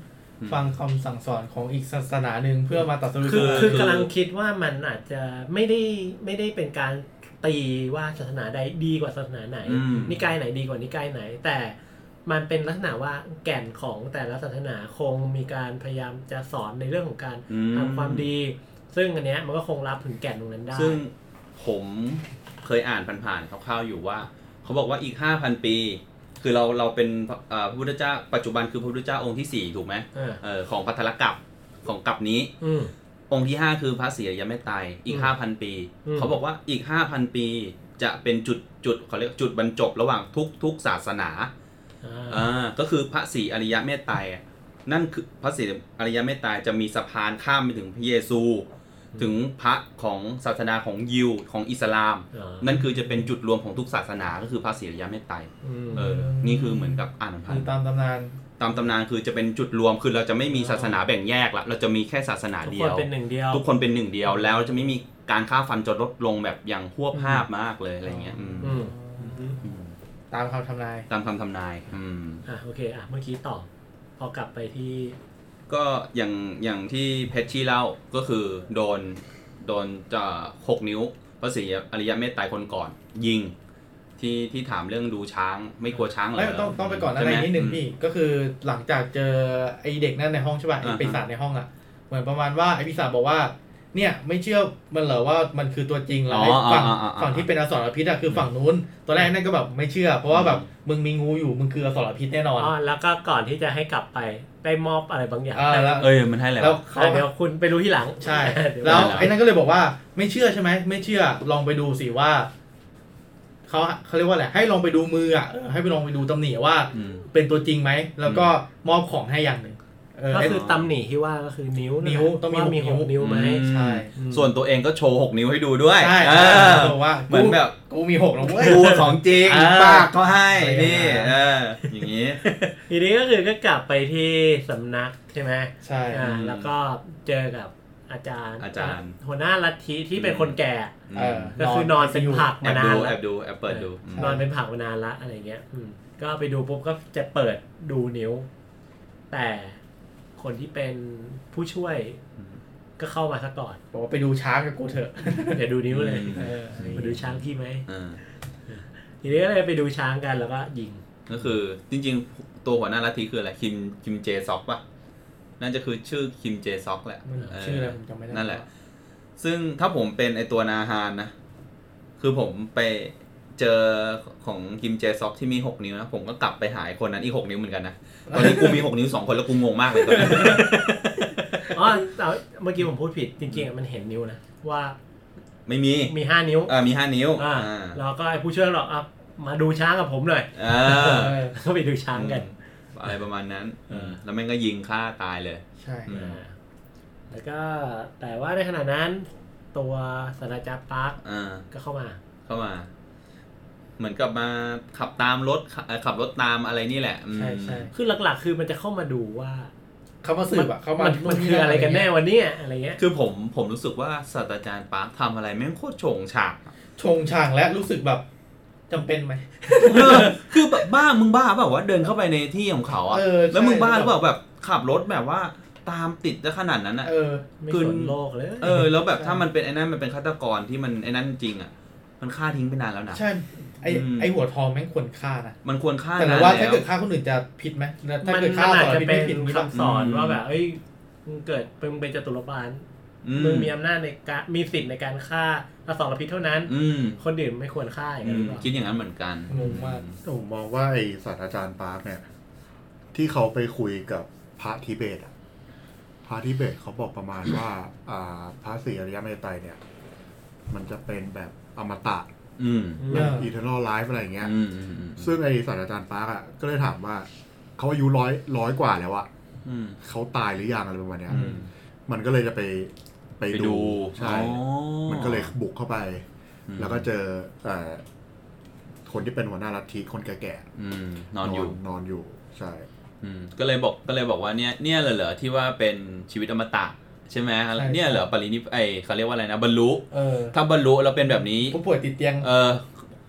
ฟังคำสั่งสอนของอีกศาสนาหนึ่งเพื่อมาตัดสิน
คือคือกำลังคิดว่ามันอาจจะไม่ได้ไม่ได้เป็นการตีว่าศาสนาใดดีกว่าศาสนาไหนนิกายไหนดีกว่านิกายไหนแต่มันเป็นลักษณะว่าแก่นของแต่ละศาสนาคงมีการพยายามจะสอนในเรื่องของการทำความดีซึ่งอันเนี้ยมันก็คงรับถึงแก่นตรงนั้นได้
ซึ่งผมเคยอ่านผ่านๆคร่าวๆอยู่ว่าเขาบอกว่าอีก ห้าพัน ปีคือเราเราเป็นพระพุทธเจ้าปัจจุบันคือพระพุทธเจ้าองค์ที่สี่ถูกไหมเออของภัทรกัปของกัปนี้องค์ที่ห้าคือพระศรีอริยเมตไตรอีก ห้าพัน ปีเขาบอกว่าอีก ห้าพัน ปีจะเป็นจุดจุดเขาเรียกจุดบรรจบระหว่างทุกทุกศาสนาอ่าก็คือพระศรีอริยเมตไตรนั่นคือพระศรีอริยเมตไตรจะมีสะพานข้ามไปถึงพระเยซูถึงพระของศาสนาของยิวของอิสลามนั่นคือจะเป็นจุดรวมของทุกศาสนาก็คือพระศรีอริยเมตไตรเออนี่คือเหมือนกับอ่านผ่าน
ตามตำนาน
ตามตำนานคือจะเป็นจุดรวมคือเราจะไม่มีศาสนาแบ่งแยกละเราจะมีแค่ศาสนาเดียว
ทุกคนเป็นหนึ่งเดียว
ทุกคนเป็นหนึ่งเดียวแล้วจะไม่มีการฆ่าฟันจนลดลงแบบอย่างหวบภาพมากเลยอะไรเงี้ย
ตามคำทำนาย
ตามคำทำนายอืม
อ่ะโอเคอ่ะเมื่อกี้ต่อพอกลับไปที่
ก็อย่างอย่างที่เพชรชี่เล่าก็คือโดนโดนจะหกนิ้วพระศรีอริยเมตไตรคนก่อนยิงที่ที่ถามเรื่องดูช้างไม่กลัวช้างเหรอ
ต้องต้องไปก่อนอะไรนิดนึงพี่ก็คือหลังจากเจอไอเด็กนั่นในห้องใช่ป่ะไอปีศาจในห้องอ่ะเหมือนประมาณว่าไอปีศาจบอกว่าเนี่ยไม่เชื่อมันเหรอว่ามันคือตัวจริงแล้วฝั่งฝั่งที่เป็นอสรพิษอ่ะคือฝั่งนู้นตอนแรกนั่นก็แบบไม่เชื่อเพราะว่าแบบมึงมีงูอยู่มึงคืออสรพิษแน่นอน
อ๋อแล้วก็ก่อนที่จะให้กลับไปได้มอบอะไรบางอย่าง
เอ้ยมันให้แล้ว
เดี๋ยวคุณไปรู้ที่หลัง
ใช่แล้วไอ้นั่นก็เลยบอกว่าไม่เชื่อใช่ไหมไม่เชื่อลองไปดูสิว่าเขาเขาเรียกว่าอะไรให้ลองไปดูมืออ่ะให้ไปลองไปดูตำหนิว่าเป็นตัวจริงไหมแล้วก็มอบของให้อย่างหนึ่ง
ก็คือตำหนิที่ว่าก็คือนิ้ว
นิ้วต้องมี
หกนิ้วไหม
ใช่
ส่วนตัวเองก็โชว์หกนิ้วให้ดูด้วย
ใช่บอกว่า
เหมือนแบบ
กูมีหกนะเว้ย
กูของจริงปากเขาให้นี่เอออย่างนี้
ทีนี้ก็คือก็กลับไปที่สำนักใช่ไหม
ใช่
แล้วก็เจอกับอาจารย์
อาจารย์
หัวหน้าลัทธิที่เป็นคนแก่ก็คือนอนเป็นผักมานาน
แล้วแอบดูแอบเปิดดู
นอนเป็นผักมานานละอะไรเงี้ยก็ไปดูปุ๊บก็จะเปิดดูนิ้วแต่คนที่เป็นผู้ช่วยก็เข้ามาซะก่อน
บอกว่าไปดูช้างกับกูเถอะ
อย่าดูนิ้วเลยมาดูช้างพี่ไหมทีนี้ก็เลยไปดูช้างกันแล้วก็ยิง
ก็คือจริงๆตัวหัวหน้าลัทธิคืออะไรคิมคิมเจซอกป่ะนั่นจะคือชื่อคิมเจซอกแหละ
ชื่ออะไรผมจำไม่ได้
นั่นแหละซึ่งถ้าผมเป็นไอตัวนาฮานนะคือผมไปเจอของคิมเจซอกที่มีหกนิ้วนะผมก็กลับไปหาคนนั้นอีกหกนิ้วเหมือนกันนะตอนนี้กูมีหกนิ้วสองคนแล้วกูงงมากเลยตอนนี้
อ๋อเมื่อกี้ผมพูดผิดจริงๆมันเห็นนิ้วนะว่า
ไม่มี
มีห้านิ้ว
อ่ามีห้านิ้ว
อ่าแล้วก็ไอ้ผู้ช่วยบอกอ่ะมาดูช้างกับผมหน่อย
อ่า
ก็ไปดูช้างกัน
อะไรประมาณนั้นแล้วแม่งก็ยิงฆ่าตายเลย
ใช่
แล้วก็แต่ว่าในขณะนั้นตัวศาสตราจารย์ปาร์คก็เข้ามา
เข้ามาเหมือนกับมาขับตามรถขับรถตามอะไรนี่แหละ
ใช่ใช่คือหลักๆคือมันจะเข้ามาดูว่า
เขามาสืบอะเขามา
มันคืออะไรกันแน่วันนี้อะไรเงี้ย
คือผมผมรู้สึกว่าศาสตราจารย์ปาร์คทำอะไรแม่งโคตรโฉงฉาก
โฉงฉากและรู้สึกแบบจำเป็นไหม
คือแบบบ้ามึงบ้าแบบว่าเดินเข้าไปในที่ของเขาอะแล้วมึงบ้าหรือเปล่าแบบขับรถแบบว่าตามติดจะขนาดนั้นอะ
ไม่สนโลกเลย
เออแล้วแบบถ้ามันเป็นไอ้นั่นมันเป็นฆาตกรที่มันไอ้นั่นจริงอะมันฆ่าทิ้งไปนานแล้วนะ
ใช่ไอไอหัวทองแม่งควรฆ่านะ
มันควรฆ่า
แต่ว่าถ้าเกิดฆ่าคนอื่นจะผิดไหมถ้าเกิดฆ่า
อาจจะเป็นคำสอนว่าแบบเอ้ยมึงเกิดมึงเป็นจตุรบาลมึงมีอำนาจในการมีสิทธิ์ในการฆ่าอสรพิษเท่านั้นคนอื่นไม่ควรฆ่าอย่างนี้
คิดอย่างนั้นเหมือนกัน
งงมาก
ผมมองว่าไอศาสตราจารย์ปาร์คเนี่ยที่เขาไปคุยกับพระทิเบตอ่ะพระทิเบตเขาบอกประมาณว่าอ่าพระศรีอริยเมตไตรเนี่ยมันจะเป็นแบบอมตะ
อืม
eternal life อะไรอย่างเงี้ยซึ่งไอศาสตราจารย์ปาร์คอ่ะก็เลยถามว่าเขาอายุร้อยร้อยกว่าแล้วอ่ะเขาตายหรือยังอะไรประมาณเนี้ยมันก็เลยจะไปไปดูใช่มันก็เลยบุกเข้าไปแล้วก็เจอคนที่เป็นหัวหน้าลัทธิคนแก่
ๆนอนอยู่
นอนอยู่ใช่
ก็เลยบอกก็เลยบอกว่าเนี่ยเนี่ยเหรอที่ว่าเป็นชีวิตอมตะใช่ไหมเนี่ยเหรอปรินิพไอเขาเรียกว่าอะไรนะบรรลุถ้าบรรลุแล้วเป็นแบบนี้
ผู้ป่วยติดเตียง
เออ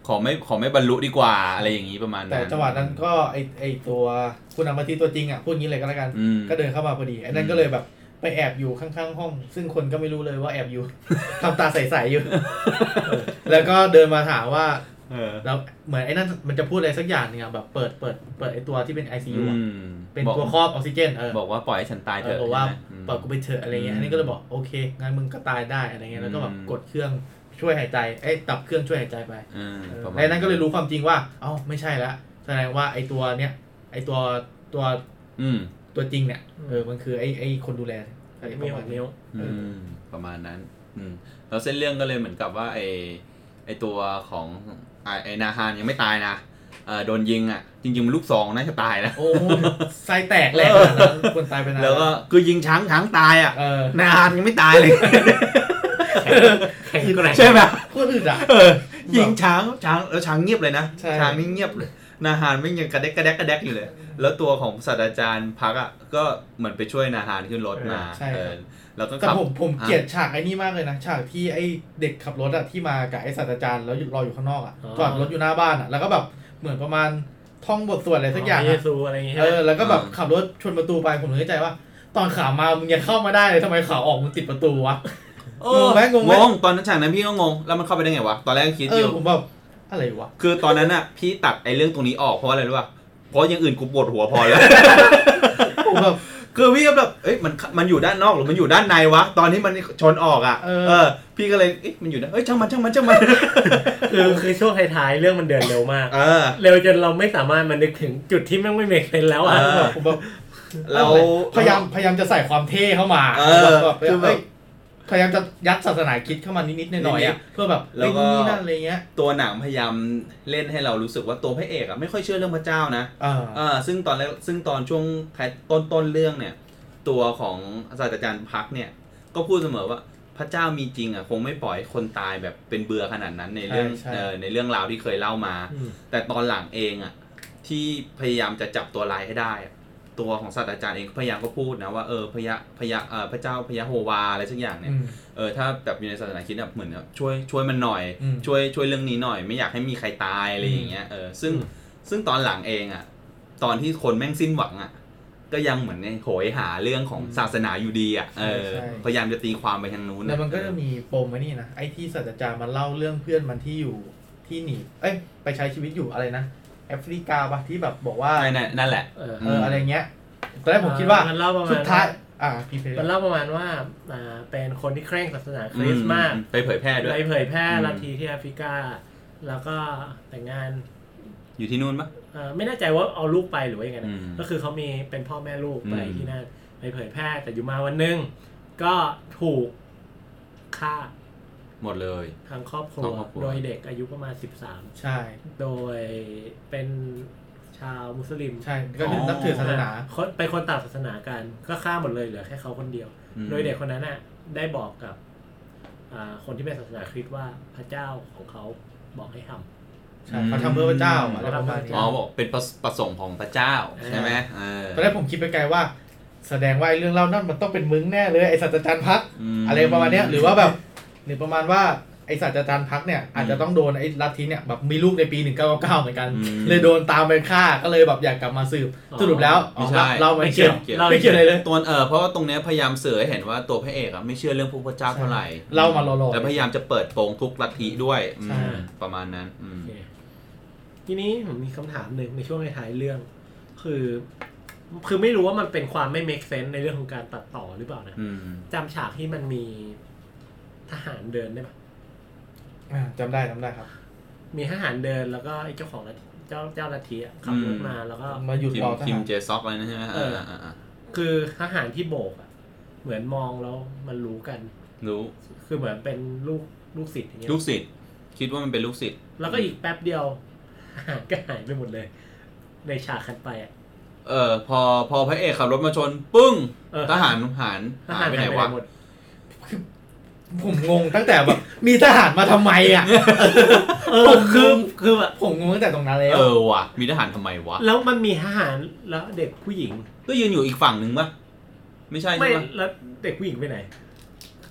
ขอไม่ขอไม่บรรลุดีกว่าอะไรอย่างนี้ประมาณนั้น
แต่จังหวะนั้นก็ไอไอตัวคุณอามาทีตัวจริงอ่ะพูดงี้เลยก็แล้วกันก็เดินเข้ามาพอดีไอ้นั่นก็เลยแบบไปแอบอยู่ข้างๆห้องซึ่งคนก็ไม่รู้เลยว่าแอบอยู่ ทำตาใสๆอยู่ แล้วก็เดินมาถามว่าแล้วเหมือนไอ้นั่นมันจะพูดอะไรสักอย่างนึงอ่ะแบบเปิดเปิดเปิดไอตัวที่เป็น ไอ ซี ยู อ่ะเป็นตัวครอบออกซิเจนเออ
บอกว่าปล่อยให้ฉันตายเถอะ
บอกว่าปล่อยกูไปเถอะอะไรเงี้ยอันนี้ก็เลยบอกโอเคงั้นมึงก็ตายได้อะไรเงี้ยแล้วก็แบบกดเครื่องช่วยหายใจเอ้ยตับเครื่องช่วยหายใจไปไอ้นั้นก็เลยรู้ความจริงว่าเอ้าไม่ใช่ละแสดงว่าไอตัวเนี้ยไอตัวตัวตัวจริงเนี่ยเออมันคือไอไอคนดูแล
มีหัวนิ้ว
ประมาณนั้นแล้วเส้นเรื่องก็เลยเหมือนกับว่าไอไอตัวของไอนาฮานยังไม่ตายนะโดนยิงอ่ะจริงๆมันลูกซองน่าจะตายแล้ว
โอ้ไส้แตกแหลกคนตายไปนาน
แล้วก็คือยิงช้างช้างตายอ่ะนาฮานยังไม่ตายเลยใช่ไหม
คนอื่นอ่ะ
ยิงช้างช้างแล้วช้างเงียบเลยนะช้างนี่เงียบเลยนาฮานไม่ยังกระเดกกระแดกกระแดกอยู่เลยแล้วตัวของศาสตราจารย์พักอ่ะก็เหมือนไปช่วยนาฮานขึ้นรถมาแล้วก็
แต่ผมผมเกลียดฉากไอ้นี่มากเลยนะฉากที่ไอ้เด็กขับรถอ่ะที่มากับไอ้ศาสตราจารย์แล้วรออยู่ข้างนอกอ่ะจอดรถอยู่หน้าบ้านอ่ะแล้วก็แบบเหมือนประมาณท่องบทสวดอะไรสักอย่าง
เยซูอะไรอย่างเงี้ย
เออแล้วก็แบบขับรถชนประตูไปผมนึกในใจว่าตอนขามามึงยังเข้ามาได้เลยทำไมขาออกมึงติดประตูวะ
งงไหมงงไหมงงตอนนั้นฉากนั้นพี่ก็งงแล้วมันเข้าไปได้ไงวะตอนแรกคิดอยู่
ผมแบบอะไรวะ
คือตอนนั้นอ่ะพี่ตัดไอ้เรื่องตรงนี้ออกเพราะอะไรรู้ป่ะเพราะอย่างอื่นกูปวดหัวพอแล้ว
ผมแบบ
คือพี่ก็แบบเอ้ยมันมันอยู่ด้านนอกหรือมันอยู่ด้านในวะตอนที่มันชนออกอ่ะเออพี่ก็เลยเอ๊ะมันอยู่ด้านเอ้ยช่างมันช่างมันช่างมัน
คือคือช่วงท้ายๆเรื่องมันเดินเร็วมากเร็วจนเราไม่สามารถมันนึกถึงจุดที่แม่งไม่เมคเซนส์แล้วอ่ะ
ผมแบบเราพยายามพยายามจะใส่ความเท่เข้ามาแบบคือแบบพยายามจะยัดศาสนาคิดเข้ามานิดๆหน่อยๆอ่ะเพื่อแบบไอ้นี่นั่นอะไรเงี้ย
ตัวหนังพยายามเล่นให้เรารู้สึกว่าตัวพระเอกอ่ะไม่ค่อยเชื่อเรื่องพระเจ้านะเออซึ่งตอนแรกซึ่งตอนช่วงต้นต้นเรื่องเนี่ยตัวของศาสตราจารย์พักเนี่ยก็พูดเสมอว่าพระเจ้ามีจริงอ่ะคงไม่ปล่อยคนตายแบบเป็นเบื่อขนาดนั้นในเรื่องเออในเรื่องราวที่เคยเล่ามาแต่ตอนหลังเองอ่ะที่พยายามจะจับตัวร้ายให้ได้ตัวของศาสตราจารย์เองพยายามก็พูดนะว่าเออพระยะพระยะเออพระเจ้าพระยะโฮวาอะไรสักอย่างเนี่ยเออถ้าแบบอยู่ในศาสนาคริสต์แบบเหมือนช่วยช่วยมันหน่อยช่วยช่วยเรื่องนี้หน่อยไม่อยากให้มีใครตายอะไรอย่างเงี้ยเออซึ่งซึ่งตอนหลังเองอ่ะตอนที่คนแม่งสิ้นหวังอ่ะก็ยังเหมือนโหยหาเรื่องของศาสนาอยู่ดีอ่ะเออพยายามจะตีความไปทางนู้น
แต่มันก็จะมีปมไว้นี่นะไอ้ที่ศาสตราจารย์มันเล่าเรื่องเพื่อนมันที่อยู่ที่หนีเอ้ยไปใช้ชีวิตอยู่อะไรนะแอฟริกาปะที่แบบบอกว่า
นั่นแหละ
เอออะไรเงี้ยตอนแรกผมคิดว่าสุดท้ายอ่าพี่เพ
มันเล่าประมาณว่าอ่าเป็นคนที่เคร่งศาสนาคริสต์มาก
ไปเผยแพร่ด้วย
ไปเผยแพร่ลัทธิที่แอฟริกาแล้วก็แต่งงาน
อยู่ที่นู่นปะ
เออไม่แน่ใจว่าเอาลูกไปหรือว่ายังไงนะก็คือเขามีเป็นพ่อแม่ลูกไปที่นั่นไปเผยแพร่แต่อยู่มาวันนึงก็ถูกฆ่า
หมดเลย
ทั้งครอบครัวโดยเด็กอายุประมาณสิบสาม
ใช่
โดยเป็นชาวมุสลิม
ใช่ก็นับถือศาสนา
ไปคนต่างศาสนากันก็ฆ่าหมดเลยเหลือแค่เขาคนเดียวโดยเด็กคนนั้นน่ะได้บอกกับคนที่เป็นศาสนาคริสต์ว่าพระเจ้าของเขาบอกให้ทำ
ใช่เขาทำเพื่อพระเจ้าอะไรประมาณนี้
อ๋อบอกเป็นประสงค์ของพระเจ้าใช่ไหม
ตอนแรกผมคิดไปไกลว่าแสดงว่าเรื่องเล่านั่นมันต้องเป็นมึงแน่เลยไอศาสตราจารย์พักอะไรประมาณนี้หรือว่าแบบหรือประมาณว่าไอศาสตราจารย์พักเนี่ยอาจจะต้องโดนไอลัทธิเนี่ยแบบมีลูกในปีหนึ่งเก้าเก้าเก้าเหมือนกันเลยโดนตามไปฆ่าก็เลยแบบอยากกลับมาสืบสรุปแล้วเราไม่เกี่ยวเราไม่เกี่ยวอะไรเลย
ตัวเออเพราะว่าตรงนี้พยายามเสือให้เห็นว่าตัวพระเอกอ่ะไม่เชื่อเรื่องพระเจ้าเท่าไหร่
เล่ามาหล่อๆ
แต่พยายามจะเปิดโปงทุกลัทธิด้วยประมาณนั้น
ทีนี้ผมมีคำถามหนึ่งในช่วงท้ายเรื่องคือคือไม่รู้ว่ามันเป็นความไม่ make sense ในเรื่องของการตัดต่อหรือเปล่านะจำฉากที่มันมีทหารเดินได้ปะ
จำได้จำได้ครับ
มีทหารเดินแล้วก็ไอ้เจ้าของเจ้าเจ้าลัทธิขับรถมาแล้วก็
มาหยุดรอทหาร
คิมเจซ็อกอะไรนะใช่ไหม
เออคือทหารที่โบกอ่ะเหมือนมองแล้วมันรู้กัน
รู้
คือเหมือนเป็นลูกลูกศิษย์อย่างเงี้ย
ลูกศิษย์คิดว่ามันเป็นลูกศิษย์
แล้วก็อีกแป๊บเดียวก็หายไปหมดเลยในฉากขัดไปอ่ะ
เออพอพอพระเอกขับรถมาชนปึ้งทหารหาร
ทหารไปไหนวะ
ผมงงตั้งแต่แบบมีทหารมาทำไมอ่ะ
ผมคือคือแบบ
ผมงงตั้งแต่ตรงนั้นเลย
เออว่ะมีทหารทำไมวะ
แล้วมันมีทหารแล้วเด็กผู้หญิง
ก็ยืนอยู่อีกฝั่งนึงปะไม่ใช่ใช่
ไหมไม่แล้วเด็กผู้หญิงไปไหน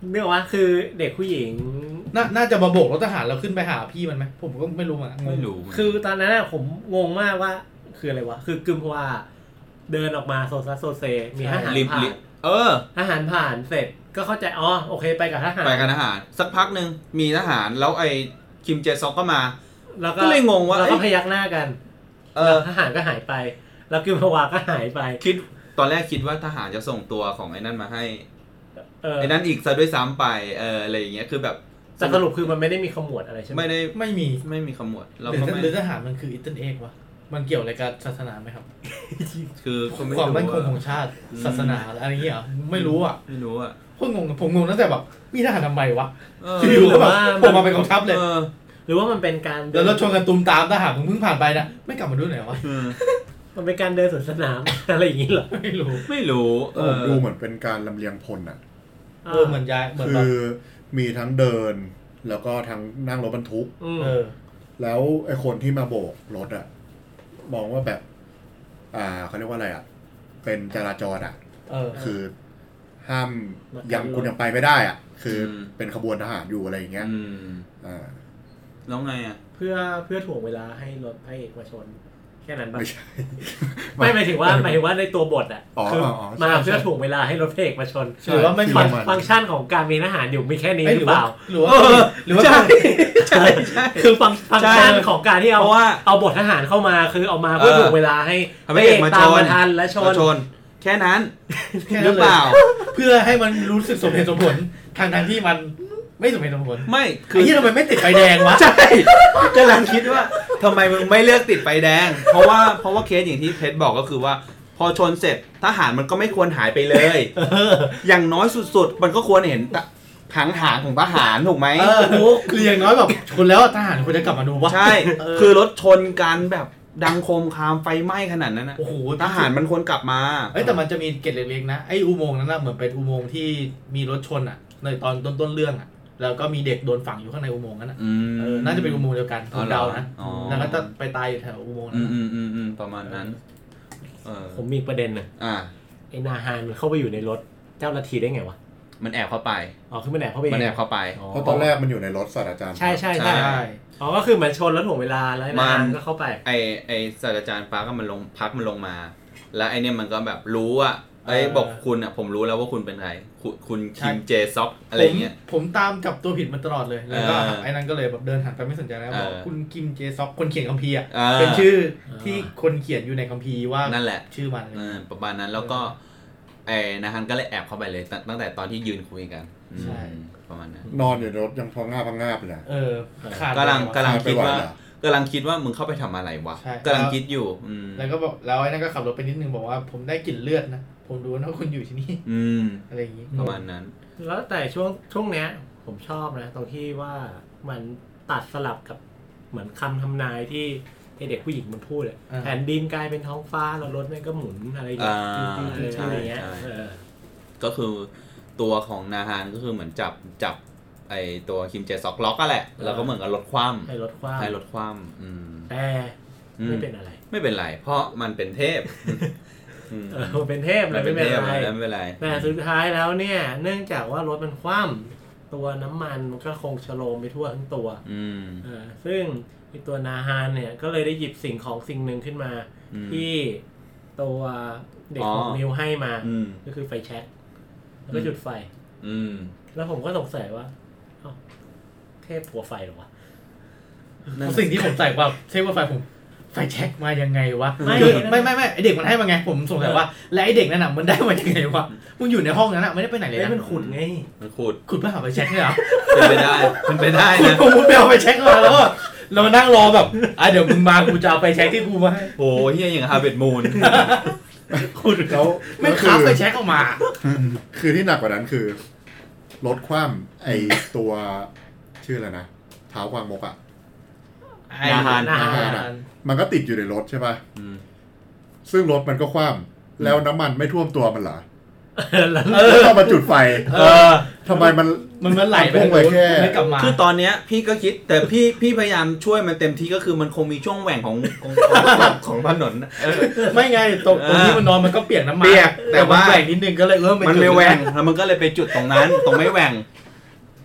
เรื่องว่าคือเด็กผู้หญิง
น่าจะมาโบกรถทหารแล้วขึ้นไปหาพี่มันไหมผมก็ไม่รู้อ่ะ
ไม่รู้
คือตอนนั้นผมงงมากว่าคืออะไรวะคือกึมพว่าเดินออกมาโซซัสโซเซมีทหารผ่าน
เออ
ทหารผ่านเสร็จก็เข้าใจอ๋อโอเคไปกับทหาร
ไปกับทหารสักพักนึงมีทหารแล้วไอ้คิมเจซอกก็มา
แล้ว
ก็เลยงงว่า
แล้วก็พยักหน้ากันเออทหารก็หายไปแล้วกึมพว่าก็หายไป
คิดตอนแรกคิดว่าทหารจะส่งตัวของไอ้นั่นมาให้ไอ้นั่นอีกซะด้วยซ้ำไปเอออะไรอย่างเงี้ยคือแบบ
แต่สรุปคือมันไม่ได้มีขมวดอะไรใช่ไหม
ไม่ได้
ไม่มี
ไม่มีขมวด
เราก็ไม่หรือทหารมันคืออิตเติ้ลเอกวะมันเกี่ยวอะไรกับศาสนาไหมครับ
คือ
ความมั่นคงของชาติศาสนาอะไรอย่างเงี้ยไม่รู้อ่ะ
ไม่รู้อ่ะ
พวกงงผมงงตั้งแต่แบบมีทหารทำไมวะ
หรือว่า
ผมมาเป็นกองทัพเลย
หรือว่ามันเป็นการ
แล้วเราชนกันตุมตามทหารผมเพิ่งผ่านไปนะไม่กลับมาดูหน่อยวะ
มันเป็นการเดินสวนสนามอะไรอย่างงี้เหรอ
ไม่รู้
ไม่รู้
เออดูเหมือนเป็นการลำเลียงพลอ่ะ
เออเหมือนย้ายเหมือน
คือมีทั้งเดินแล้วก็ทั้งนั่งรถบรรทุก
เออ
แล้วไอ้คนที่มาโบกรถอ่ะมองว่าแบบอ่าเขาเรียกว่าอะไรอ่ะเป็นจราจรอ่ะ
เออ
คือห้ามยังคุณยังไปไม่ได้อ่ะคือเป็นขบวนทหารอยู่อะไรอย่างเงี้ยอ่า
แล้วไงอ่ะ
เพื่อเพื่อถ่วงเวลาให้รถพระเอกมาชนแค่นั้นป่ะไม่ใช่ไม่หมายถึงว่าหมายถึงว่าในตัวบทอ่ะคือมาเพื่อถ่วงเวลาให้รถพระเอกมาชน
หรือว่าไม่
ฟังก์ชันของการมีทหารอยู่มีแค่นี้หรือเปล่า
หรือว่าหรือว่า
ใช่คือฟังฟังก์ชันของการที่เอาเอาบททหารเข้ามาคือเอามาเพื่อถ่วงเวลาให้พระเอกตามมาทันและชน
แค่นั้นหรือเปล่า
เพื่อให้มันรู้สึกสมเหตุสมผลทางทางที่มันไม่สมเหตุสมผล
ไม่
คือที่ทำไมไม่ติดไฟแดงวะ
ใช่กำลังคิดว่าทำไมมึงไม่เลือกติดไฟแดงเพราะว่าเพราะว่าเคสอย่างที่เพชรบอกก็คือว่าพอชนเสร็จทหารมันก็ไม่ควรหายไปเลยอย่างน้อยสุดๆมันก็ควรเห็นหางหางของทหารถูกไหม
คืออย่างน้อยแบบชนแล้วทหารควรจะกลับมาดูว่า
ใช่คือรถชนกันแบบดังโคมคามไฟไหม้ขนาดนั้นนะ
โอ้โห
ทหารมันควรกลับมา
เอ้ยแต่มันจะมีเกร็ดเล็กๆนะไอ้อุโมงค์นั้นน่ะเหมือนเป็นอุโมงค์ที่มีรถชนอ่ะในตอนต้นๆเรื่องอ่ะแล้วก็มีเด็กโดนฝังอยู่ข้างในอุโมงค์นั้นน่ะเออน่าจะเป็นอุโมงค์เดียวกันผมเดานะแล้วก็จะไปตายอยู่แถวอุโมงค์นั้น
อืมๆๆประมาณนั้นเออ
ผมมีประเด็นน่ะ
อ่า
ไอ้นาฮานมันเข้าไปอยู่ในรถเจ้าลัทธิได้ไงวะ
มันแอบเข้าไป
อ๋อคือมันแอบเข้าไป
มันแอบเข้าไป
เพราะตอนแรกมันอยู่ในรถศาสตราจารย์
ใช่ใช่ใช่อ๋อก็คือเหมือนชนแล้วถ่วงเวลาแล้วนาฮานก็เข้าไป
ไอไอศาสตราจารย์ฟ้าก็มันลงพักมันลงมาแล้วไอเนี่ยมันก็แบบรู้อ่ะไอ้บอกคุณอ่ะผมรู้แล้วว่าคุณเป็นใครคุณคิมเจซ็อกอะไรเงี้ย
ผมตามจับตัวผิดมาตลอดเลยแล้วก็ไอ้นั้นก็เลยแบบเดินหันไปไม่สนใจแล้วบอกคุณคิมเจซ็อกคนเขียนคัมภีร์อ่ะเป็นชื่อที่คนเขียนอยู่ในคัมภีร์ว่า
นั่นแหละ
ชื่อมัน
ประมาณนั้นแล้วก็ไอ้นาฮันก็เลยแอบเข้าไปเลยตั้งแต่ตอนที่ยืนคุยกัน
ใช่
ประมาณนั้น
นอนอยู่ในรถยังพองาพังงาบเลย
เออ
ขาดกำลังกำลังคิดว่ากำลังคิดว่ามึงเข้าไปทำอะไรวะกำลังคิดอยู่
แล้วก็บอกแล้วไอ้นั่นก็ขับรถไปนิดนึงบอกว่าผมได้กลิ่นเลือดนะผมรู้นะว่าคุณอยู่ที่นี่อะไรอย่างงี้
ประมาณนั้น
แล้วแต่ช่วงช่วงเนี้ยผมชอบนะตรงที่ว่ามันตัดสลับกับเหมือนคำทำนายที่เด็กผู้หญิงมันพูดเลยแผ่นดินกลายเป็นท้องฟ้าแล้วรถมันก็หมุนอะไรอย่างเงี้ยอะไรเงี้ย
ก็คือตัวของนาฮานก็คือเหมือนจับจับไอตัวคิมเจซ็อกล็อกก็แหละแล้วก็เหมือนกับรถคว่ำ
ให้รถคว่ำ
ให้รถคว่ำ
แต่ไม่เป็นอะไร
ไม่เป็นไรเพราะมันเป็นเทพ
เออเป็นเทพเลยไม่เป็นไร
ไม่เป็นไร
แต่สุดท้ายแล้วเนี่ยเนื่องจากว่ารถมันคว่ำตัวน้ำมันมันก็คงชโลมไปทั่วทั้งตัวอ่าซึ่งไอตัวนาฮานเนี่ยก็เลยได้หยิบสิ่งของสิ่งหนึ่งขึ้นมาที่ตัวเด็กของมิวให้มาก็คือไฟแช็กแล้วก็จุดไฟแล้วผมก็สงสัยว่าเทพหัวไฟหรอวะ
สิ่งที่ผมใส่ว่าเทพหัวไฟผมไฟแช็กมายังไงวะไม่ไม่ไม่ไม่ไอเด็กมันให้มาไงผมสงสัยว่าแล้วไอเด็กนั่นน่ะมันได้มายังไงวะมึงอยู่ในห้องนั้นน่ะไม่ได้ไปไหนเลยนะ
มันขุดไง
มันขุด
ขุดเพื่อหาไฟแช็กเนี่ยเหรอ
เป็นไปได้เป็นไปได้นะ
ผมไปเอาไฟแช็กมาแล้วเรามานั่งรอแบบอ่ะเดี๋ยวมึงมากูจะเอาไฟแช็กที่กูมาให้
โอ้ยเฮียอย่างฮาร์เวิร์ดมูน
ขุดแล้วไม่คาบไฟแช็กออกมา
คือที่หนักกว่านั้นคือรถคว่ำไอตัวชื่ออะไรนะเท้ากวางมกอะ
นาฮาน
มันก็ติดอยู่ในรถใช่ป่ะซึ่งรถมันก็คว่ำแล้วน้ำมันไม่ท่วมตัวมันเหรอแล้วก็มาจุดไฟทำไมมัน
มันมันไหล
ไปแค่
ไม่กลับมา
คือตอนเนี้ยพี่ก็คิดแต่พี่พี่พยายามช่วยมันเต็มที่ก็คือมันคงมีช่วงแหว่งของของของถนน
ไม่ไงตรงตรงที่มันนอนมันก็เปียกน้ำมัน
เปียกแต่ว่า
แหว่งนิดนึงก็เลยเออ
มันไม่แหว่งแล้วมันก็เลยไปจุดตรงนั้นตรงไม่แหว่ง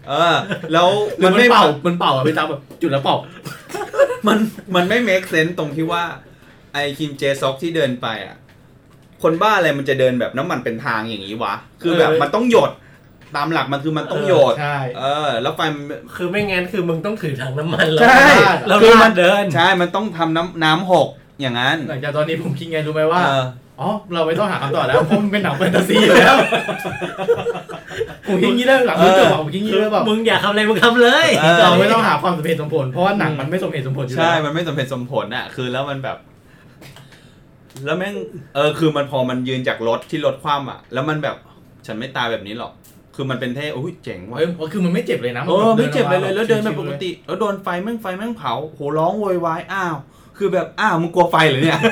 เออแล้ว
มันไม่เป่ามันเป่าอ่ะพี่ตาแบบจุดแล้วเป่า
มันมันไม่ make sense ตรงที่ว่าไอ้คิมเจซอกที่เดินไปอ่ะคนบ้าอะไรมันจะเดินแบบน้ำมันเป็นทางอย่างนี้วะคือแบบมันต้องหยดตามหลักมันคือมันต้องโยดเออแล้วไฟ
คือไม่งั้นคือมึงต้องถือถังน้ำมันแล้ว
ใช่
แล้วมันเดิน
ใช่มันต้องทำน้ำน้ำหกอย่างนั้น
หลังจากตอนนี้ผมคิดไงรู้ไหมว่าอ๋อเราไม่ต้องหาคำตอบแล้วเพราะมันเป็นหนังแฟนตาซีแล้วผมคิดงี้ได้หลังมึงจบผมคิดงี้ได้แบบ
มึงอยากทำอะไรมึงทำเลย
เราไม่ต้องหาความสมเหตุสมผลเพราะว่าหนังมันไม่สมเหตุสมผลอยู่
แล้วใช่มันไม่สมเหตุสมผลอ่ะคือแล้วมันแบบแล้วแม่งเออคือมันพอมันยืนจากรถที่รถคว่ำอ่ะแล้วมันแบบฉันไม่ตายแบบนี้หรอกคือมันเป็นเท่โอ้ยเจ๋งว่ะ
เออคือมันไม่เจ็บเลยนะ
เออไม่เจ็บเลยเลยแล้วเดินแบบปกติแล้วโดนไฟแม่งไฟแม่งเผาโหร้องโวยวายอ้าวคือแบบอ้าวมึงกลัวไฟเหรอเนี่ย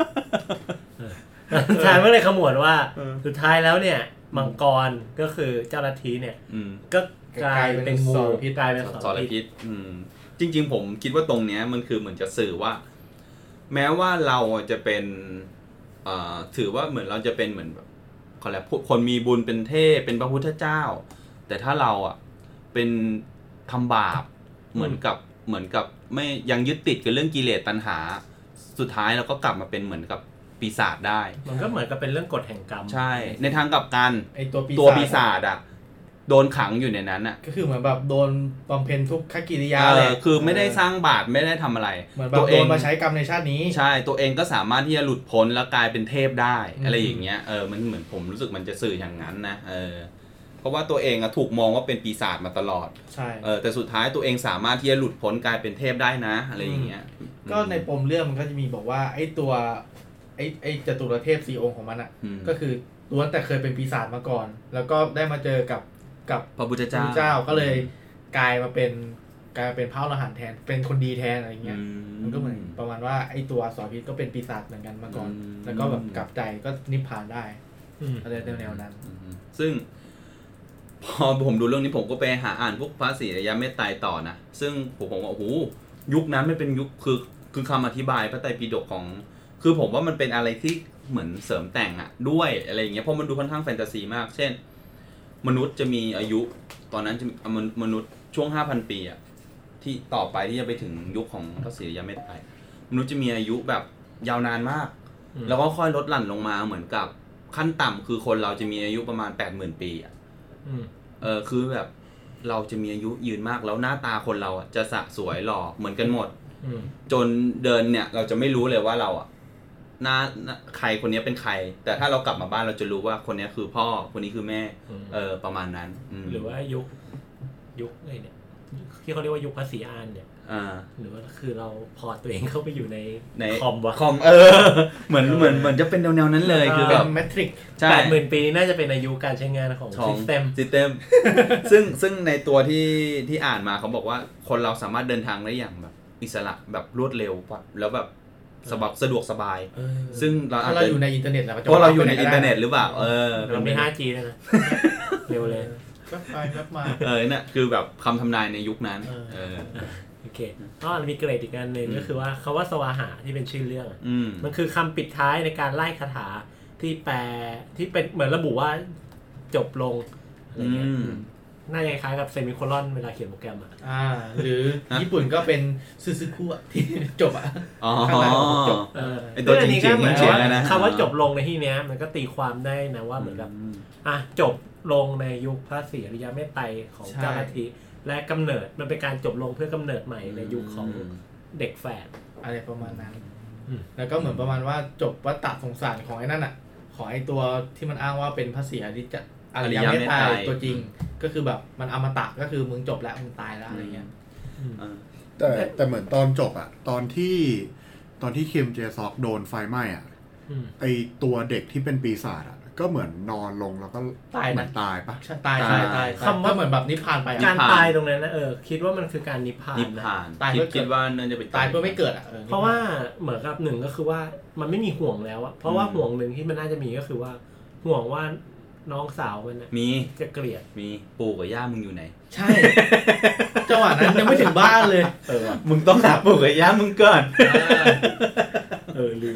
สุดท้ายมันเลยขมวดว่าสุดท้ายแล้วเนี่ยมังกรก็คือเจ้าลัทธิเนี่ยก็กลายเป็นงูพิษกลายเป็น
สารพิษจริงๆผมคิดว่าตรงเนี้ยมันคือเหมือนจะสื่อว่าแม้ว่าเราจะเป็นถือว่าเหมือนเราจะเป็นเหมือนแบบเขาเรียกคนมีบุญเป็นเทพเป็นพระพุทธเจ้าแต่ถ้าเราอ่ะเป็นทำบาปเหมือนกับเหมือนกับไม่ยังยึดติดกับเรื่องกิเลสตัณหาสุดท้ายเราก็กลับมาเป็นเหมือนกับปีศาจได้
มันก็เหมือนกับเป็นเรื่องกฎแห่งกรรม
ใช่ในทางกลับกัน
ไอตัวปี
ตัวปีศาจอ่ะโดนขังอยู่ในนั้นอ่ะ
ก็คือเหมือนแบบโดนบำเพ็ญทุกขกิริยา
เลยคือไม่ได้สร้างบาปไม่ได้ทำอะไร
เหมือนแบบโดนมาใช้กรรมในชาตินี้
ใช่ตัวเองก็สามารถที่จะหลุดพ้นแล้วกลายเป็นเทพได้อะไรอย่างเงี้ยเออมันเหมือนผมรู้สึกมันจะสื่ออย่างนั้นนะเออเพราะว่าตัวเองอะถูกมองว่าเป็นปีศาจมาตลอด
ใช่
เออแต่สุดท้ายตัวเองสามารถที่จะหลุดพ้นกลายเป็นเทพได้นะอะไรอย่างเงี้ย
ก็ในปมเรื่องมันก็จะมีบอกว่าไอ้ตัวไอ้ไอ้จตุรเทพสี่องค์ของมันอ่ะก็คือล้วนแต่เคยเป็นปีศาจมาก่อนแล้วก็ได้มาเจอกับกับ
พระพุทธเจ้า
เจ้าก็เลยกลายมาเป็นกลายเป็นพระอรหันต์แทนเป็นคนดีแทนอะไรเงี้ยมันก็เหมือนประมาณว่าไอ้ตัวสอพิษก็เป็นปีศาจเหมือนกันมาก่อนแล้วก็แบบกลับใจก็นิพพานได้อะไรแนวๆนั้น
ซึ่งพอผมดูเรื่องนี้ผมก็ไปหาอ่านพวกพระศรีอริยเมตไตรต่อนะซึ่งผมผมว่าโอ้โหยุคนั้นไม่เป็นยุคคือคือคำอธิบายพระไตรปิฎกของคือผมว่ามันเป็นอะไรที่เหมือนเสริมแต่งอ่ะด้วยอะไรอย่างเงี้ยเพราะมันดูค่อนข้างแฟนตาซีมากเช่นมนุษย์จะมีอายุตอนนั้นจะมนุษย์ช่วง ห้าพัน ปีอ่ะที่ต่อไปที่จะไปถึงยุคของพระศรีอริยเมตไตรมนุษย์จะมีอายุแบบยาวนานมากแล้วก็ค่อยลดหลั่นลงมาเหมือนกับขั้นต่ำคือคนเราจะมีอายุประมาณ แปดหมื่น ปีอ่ะเออคือแบบเราจะมีอายุยืนมากแล้วหน้าตาคนเราอ่ะจะสะสวยหล่อเหมือนกันหมดจนเดินเนี่ยเราจะไม่รู้เลยว่าเราอ่ะหน้าใครคนนี้เป็นใครแต่ถ้าเรากลับมาบ้านเราจะรู้ว่าคนนี้คือพ่อคนนี้คือแม่เออประมาณนั้น
หรือว่ายุคยุคอะไรเนี่ยที่เขาเรียกว่ายุคภาษีอานเนี่ยหรือว่าคือเราพอตัวเองเข้าไปอยู่ในคอมวะ
คอมเออเหมือนเหมือนเหมือนจะเป็นแนวๆนั้นเลยคือแบบ
แมทริก
แปดหมื่นปีน่าจะเป็นอายุการใช้งานของซิสเต็ม
ซิสเต็มซึ่งซึ่งในตัวที่ที่อ่านมาเขาบอกว่าคนเราสามารถเดินทางได้อย่างแบบอิสระแบบรวดเร็วแล้วแบบสบายสะดวกสบายซึ่ง
เราอาจจะอยู่ในอินเทอร์เน็ตแล้ว
เพราะเราอยู่ในอินเทอร์เน็ตหรือเปล่าเออ
เรามี ห้าจี ด้วยนะเร็วเลย
ก็ไปก็มา
เออเนี่ยคือแบบคำทำนายในยุคนั้นเออ
โอเคก็มีเกรดอีกอันนึงก็คือว่าคำว่าสวาหะที่เป็นชื่อเรื่องมันคือคำปิดท้ายในการไล่คาถาที่แปลที่เป็นเหมือนระบุว่าจบลงอะไรเงี้ยน่าจะคล้ายกับเซมิโคลอนเวลาเขียนโปรแกรมอ่ะ
อ่าหรือญี่ปุ่นก็เป็นซึซึคุอ่ะที่จบอ่ะ
อ๋อ
จบ
เออไอ้ตัวจริงๆเหมือนว่าคำว่าจบลงในที่เนี้ยมันก็ตีความได้นะว่าเหมือนกับอ่ะจบลงในยุคพระศรีอริยเมตไตรของเจ้าลัทธิและกำเนิดมันเป็นการจบลงเพื่อกำเนิดใหม่ในยุคของเด็กแฝด
อะไรประมาณนั้นแล้วก็เหมือนประมาณว่าจบวัฏฏะสงสารของไอ้นั่นอ่ะของไอ้ตัวที่มันอ้างว่าเป็นพระศรีอริยอริยเมตไตรตัวจริงก็คือแบบมันอมตะก็คือมึงจบแล้วมึงตายแล้วอะไรเงี้ย
แต่แต่เหมือนตอนจบอ่ะตอนที่ตอนที่คิมเจซอกโดนไฟไหม้อ่ะไอตัวเด็กที่เป็นปีศาจอ่ะก็เหมือนนอนลงแล้วก็
ตาย
นะตายปะ
ใช่ตายตายตายคำว่าเหมือนแบบนิพพานไป
การตายตรงนั้นนะเออคิดว่ามันคือการนิพพาน
นิพพานตายเพื่อคิดว่านั่นจะเป็น
ตายเพื่อไม่เกิดอ่ะ
เพราะว่าเหมือนกับหนึ่งก็คือว่ามันไม่มีห่วงแล้วอ่ะเพราะว่าห่วงหนึ่งที่มันน่าจะมีก็คือว่าห่วงว่าน้องสาวมันนะ
มี
จะเกลียด
มีปู่กับย่ามึงอยู่ไหน
ใช่จังหวะนั้นยังไม่ถึงบ้านเลย
เออมึงต้องหาปู่กับย่ามึงก่อน
เออลืม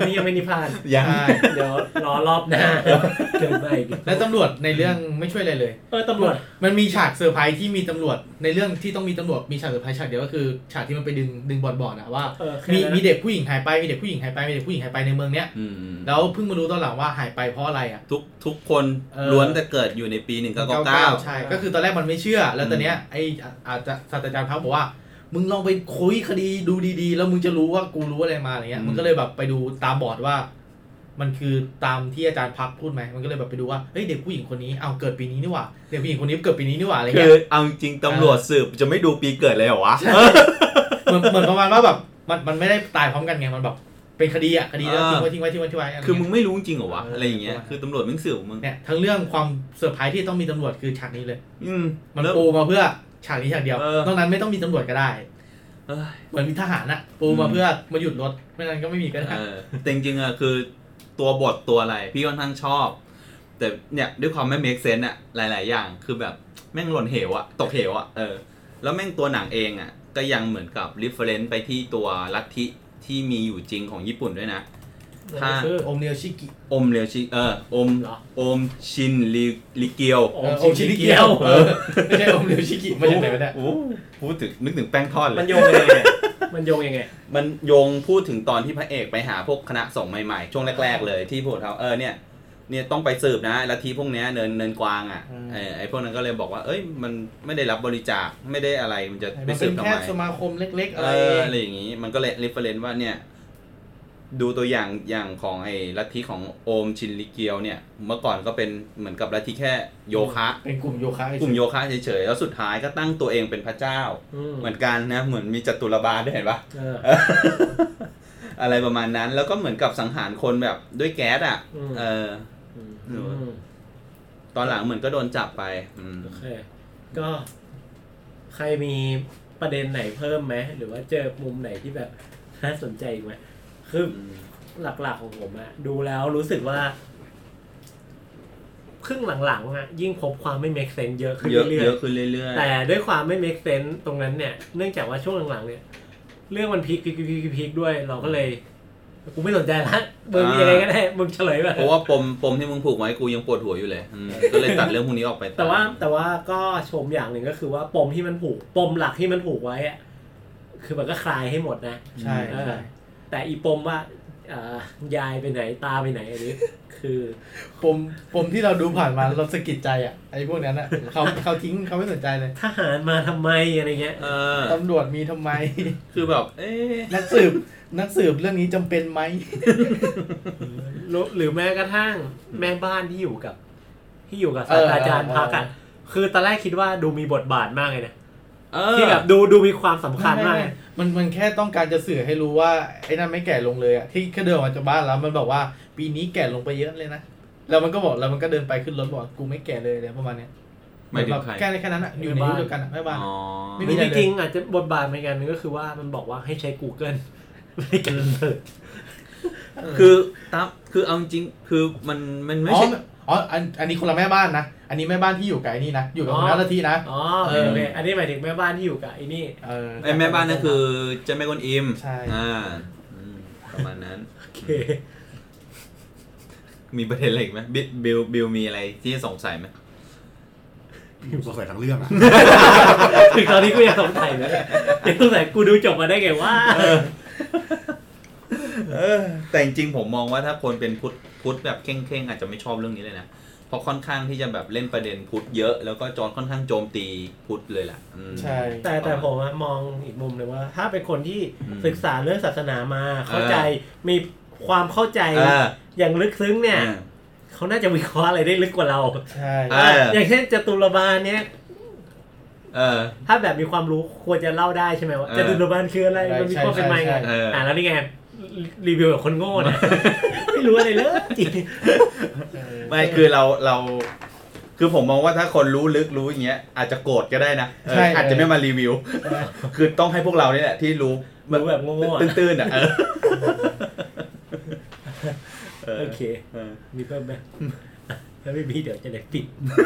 นี่ยังไม่นิพพาน
ยัง
เดี๋ยวรอรอบหน้าเกิดมาอีก
แล้วตำรวจในเรื่องไม่ช่วยอะไรเลย
เออตำรวจ
มันมีฉากเซอร์ไพรส์ที่มีตำรวจในเรื่องที่ต้องมีตำรวจมีฉากเซอร์ไพรส์ฉากเดียวก็คือฉากที่มันไปดึงดึงบอร์ดบอร์ดอะว่ามีมีเด็กผู้หญิงหายไปมีเด็กผู้หญิงหายไปมีเด็กผู้หญิงหายไปในเมืองเนี้ยแล้วเพิ่งมารู้ตอนหลังว่าหายไปเพราะอะไรอะ
ทุกทุกคนล้วนแต่เกิดอยู่ในปีหนึ่งเก้าเก้า
ใช่ก็คือตอนแรกมันไม่เชื่อแล้วตอนเนี้ยไอ้อาจจะศาสตราจารย์พักบอกว่ามึงลองไปคุยคดีดูดีๆแล้วมึงจะรู้ว่ากูรู้อะไรมาอะไรเงี้ยมึงก็เลยแบบไปดูตามบอร์ดว่ามันคือตามที่อาจารย์พักพูดไหมมันก็เลยแบบไปดูว่าเฮ้ยเด็กผู้หญิงคนนี้เอาเกิดปีนี้นี่หว่าเด็กผู้หญิงคนนี้เกิดปีนี้นี่หว่าอะไรเงี้ย
คือเอาจริงตำรวจสืบจะไม่ดูปีเกิดเลยเหรอวะ
เหมือนเหมือนประมาณว่าแบบมันมันไม่ได้ตายพร้อมกันไงมันแบบเป็นคดีอะคดีแล้วทิ้งไว้ทิ้งไว้ทิ้งไว้ทิ้งไว้
คือมึงไม่รู้จริงเหรอวะอะไรอย่างเงี้ยคือตำรวจมึงสืบมึง
เนี่ยทั้งเรื่องความเซอร์ไพรส์ที่ต้องมีตำรวจคือฉากนี้เลยมันปูมาเพื่อฉากนี้ฉากเดียวนอกนั้นไม่ต้องมีตำรวจก็ได้เหมือนมีทหารอะปูมาเพื่อมาหยุดรถไม่งั้นก็ไม่มีก็ได้
แต่จริงๆอะคือตัวบทตัวอะไรพี่ค่อนข้างชอบแต่เนี่ยด้วยความไม่เมคเซนส์อะหลายๆอย่างคือแบบแม่งหล่นเหวอะตกเหวอะเออแล้วแม่งตัวหนังเองอะก็ยังเหมือนกับรีเฟอเรนซ์ไปที่ตัวลัทธิที่มีอยู่จริงของญี่ปุ่นด้วยนะ
ถ้าอมเรียวชิกิ
อมเรียวชิเอออมอมชินริริเกียว
อมชินริเกียวเออไม่ใช่อมเรียวชิกิมาจากไหนวะเนี่ย
โอ้พูดถึงนึกถึงแป้งทอดเลย
มันโยงยังไงมันโยงยังไง
มันโยงพูดถึงตอนที่พระเอกไปหาพวกคณะสงฆ์ใหม่ๆช่วงแรกๆเลยที่พูดเขาเออเนี่ยเนี่ยต้องไปสืบนะลัทธิพวกนี้เนินเนินกวางอ่ะไอ้ไอ้พวกนั้นก็เลยบอกว่าเอ้ยมันไม่ได้รับบริจาคไม่ได้อะไรมันจะไปสืบทำไม
มันเป็นแค่สมาคมเล็กๆอะไร
อะไรอย่างงี้มันก็เลยรีเฟอเรนซ์ว่าเนี่ยดูตัวอย่างอย่างของไอ้ลัทธิของโอมชินริเกียวเนี่ยเมื่อก่อนก็เป็นเหมือนกับลัทธิแค่โยคะ
เป็นกลุ่มโยคะ
กลุ่มโยคะเฉยๆแล้วสุดท้ายก็ตั้งตัวเองเป็นพระเจ้าเหมือนกันนะเหมือนมีจัตุรบาลด้วยเห็นปะอะไรประมาณนั้นแล้วก็เหมือนกับสังหารคนแบบด้วยแก๊สอ่ะเออตอนหลังเหมือนก็โดนจับไป
โอเคก็ใครมีประเด็นไหนเพิ่มไหมหรือว่าเจอมุมไหนที่แบบน่าสนใจไหมคือหลักๆของผมอะดูแล้วรู้สึกว่าครึ่งหลังๆอะยิ่งพบความไม่ make sense เยอะขึ้นเรื่อยๆ
เยอะขึ้นเรื่อย
ๆแต่ด้วยความไม่ make sense ตรงนั้นเนี่ยเนื่องจากว่าช่วงหลังๆเนี่ยเรื่องมันพลิกพลิกด้วยเราก็เลยกูไม่สนใจละมึงยังไงก็ได้มึงเฉลยไป
เพราะว่าปมปมที่มึงผูกไว้กูยังปวดหัวอยู่เลยก็เลยตัดเรื่องพวกนี้ออกไป
แต่ว่าแต่ว่าก็ชมอย่างหนึ่งก็คือว่าปมที่มันผูกปมหลักที่มันผูกไว้อะคือมันก็คลายให้หมดนะ
ใช่
แต่อีปมว่ายายไปไหนตาไปไหนอันนี้คือ
ปมปมที่เราดูผ่านมาเราสะกิดใจอ่ะไอ้พวกนั้นอ่ะเขาเขาทิ้งเขาไม่สนใจเลย
ทหารมาทำไมอะไรเงี้ย
ตำรวจมีทำไม
คือแบบเอ๊ะ
นักสืบนักสืบเรื่องนี้จำเป็นไหม
หรือแม้กระทั่งแม่บ้านที่อยู่กับที่อยู่กับศาสตราจารย์พักอ่ะคือตอนแรกคิดว่าดูมีบทบาทมากเลยนะที่แบบดูดูมีความสำคัญมาก
มันมันแค่ต้องการจะสื่อให้รู้ว่าไอ้นั่นไม่แก่ลงเลยอ่ะที่แค่เดินออกมาจากบ้านแล้วมันบอกว่าปีนี้แก่ลงไปเยอะเลยนะแล้วมันก็บอกแล้วมันก็เดินไปขึ้นรถบอกกูไม่แก่เลยอะไรประมาณนี้
ไม่ถึงใคร
แค่แค่นั้นอ่ะอยู่ในยุคเดียวกันแม่บ้าน
ไม่จริงๆอาจจะบทบาทเหมือนกันนึงก็คือว่ามันบอกว่าให้ใช้ Google ไม่กันเลย
คือตามคือเอาจริงคือมันมันไม่ใช่
อ๋ออันอันนี้คนละแม่บ้านนะอันนี้แม่บ้านที่อยู่กับไอ้นี่นะอยู่กับคนนั้นละทีนะ
อ๋อโอเคอันนี้หมายถึงแม่บ้านที่อยู่กับไอ้นี่
เออไอ้แม่บ้านนั่นคือเจ้าแม่กวนอิมใช่อ่าประมาณนั้น
โอเค
มีประเด็นอะไรอีกไหมบิลบิลบิลมีอะไรที่สงสัยไหม
สงสัยทั้งเรื่องอ่ะ
ถึงตอนนี้กูยังสงสัยเลยยังสงสัยกูดูจบมาได้ไงว่า
เออแต่จริงๆผมมองว่าถ้าคนเป็นพุทธพุทธแบบเข่งๆอาจจะไม่ชอบเรื่องนี้เลยนะเพราะค่อนข้างที่จะแบบเล่นประเด็นพุทธเยอะแล้วก็จอนค่อนข้างโจมตีพุทธเลยแหละ
ใช่แต่แต่ผมมองอีกมุมนึงว่าถ้าเป็นคนที่ศึกษาเรื่องศาสนามาเข้าใจมีความเข้าใจอย่างลึกซึ้งเนี่ยเขาน่าจะวิเคราะห์อะไรได้ลึกกว่าเราใช่อย่างเช่นจตุรบาลเนี่ยถ้าแบบมีความรู้ควรจะเล่าได้ใช่ไหมว่าจตุรบาลคืออะไรมันมีข้อเป็นมาไงอ่าแล้วนี่ไงรีวิวแบบคนโง่เนี่ยไม่รู้อะไรเลยจริง
ไม่คือเราเราคือผมมองว่าถ้าคนรู้ลึกรู้อย่างเงี้ยอาจจะโกรธก็ได้นะอาจจะไม่มารีวิวคือต้องให้พวกเรานี่แหละที่รู้
แบบโง่
ๆตื้นๆอ่ะ
โอเคมีเพิ่มไหมถ้าไม่มีเดี๋ยวจะได้ปิด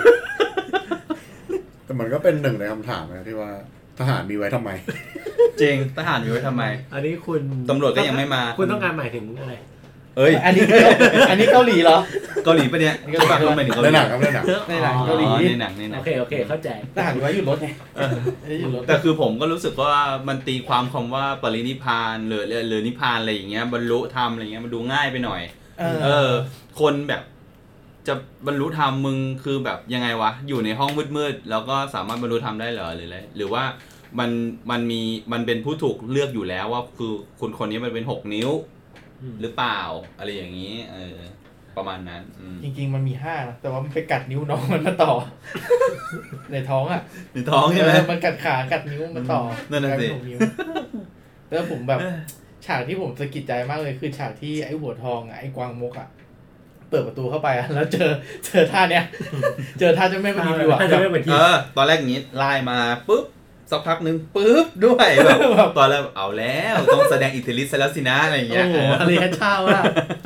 แต่มันก็เป็นหนึ่งในคำถามนะที่ว่าทหารมีไว้ทำไม
จริงทหารมีไว้ทำไม
อันนี้คุณ
ตำรวจก็ยังไม่มา
คุณต้องการหมายถึงอะไร
เอ้ย
อันนี้อันนี้เกาหลีเหรอ
เกาหลีปะเนี่ยก็แบบต้องเป็นเกาหลี
ในหนังครับในหนัง
ในหนังเกาหลี
ในหนังในหนัง
โอเคโอเคเข้าใจ
ทหารไว้อยู่รถไงอยู่รถ
แต่คือผมก็รู้สึกว่ามันตีความคำว่าปรินิพพานหรือหรือนิพพานอะไรอย่างเงี้ยบรรลุธรรมอะไรเงี้ยมันดูง่ายไปหน่อยเออคนแบบจะบรรลุธรรมมึงคือแบบยังไงวะอยู่ในห้องมืดๆแล้วก็สามารถบรรลุธรรมได้เหรอหรืออะไรหรือว่ามันมันมีมันเป็นผู้ถูกเลือกอยู่แล้วว่าคือคนคนนี้มันเป็นหกนิ้วหรือเปล่าอะไรอย่างนี้เออประมาณนั้น
จริงๆมันมีห้านะแต่ว่ามันไปกัดนิ้วน้องมันมาต่อในท้องอ่ะ
ในท้องใช่ไหม
มันกัดขากัดนิ้วมาต่อ
นั่นน่ะสิ
แล้วผมแบบฉากที่ผมสะกิดใจมากเลยคือฉากที่ไอ้หัวทองไอ้กวางมกอ่ะเปิดประตูเข้าไปอ่ะแล้วเจอเจอท่าเนี้ยเจอท่าจะไม่เป็นดีว่ะ
เออตอนแรกอย่างนี้ไล่มาปุ๊บสักพักนึงปึ๊บด้วยแบบตอนแรกเอาแล้วต้องแสดงอิทธิฤทธิ์ซะแล้วสินะอะไรอย่างเงี้ย
โอ้โหอะไรแค่เช่าว่า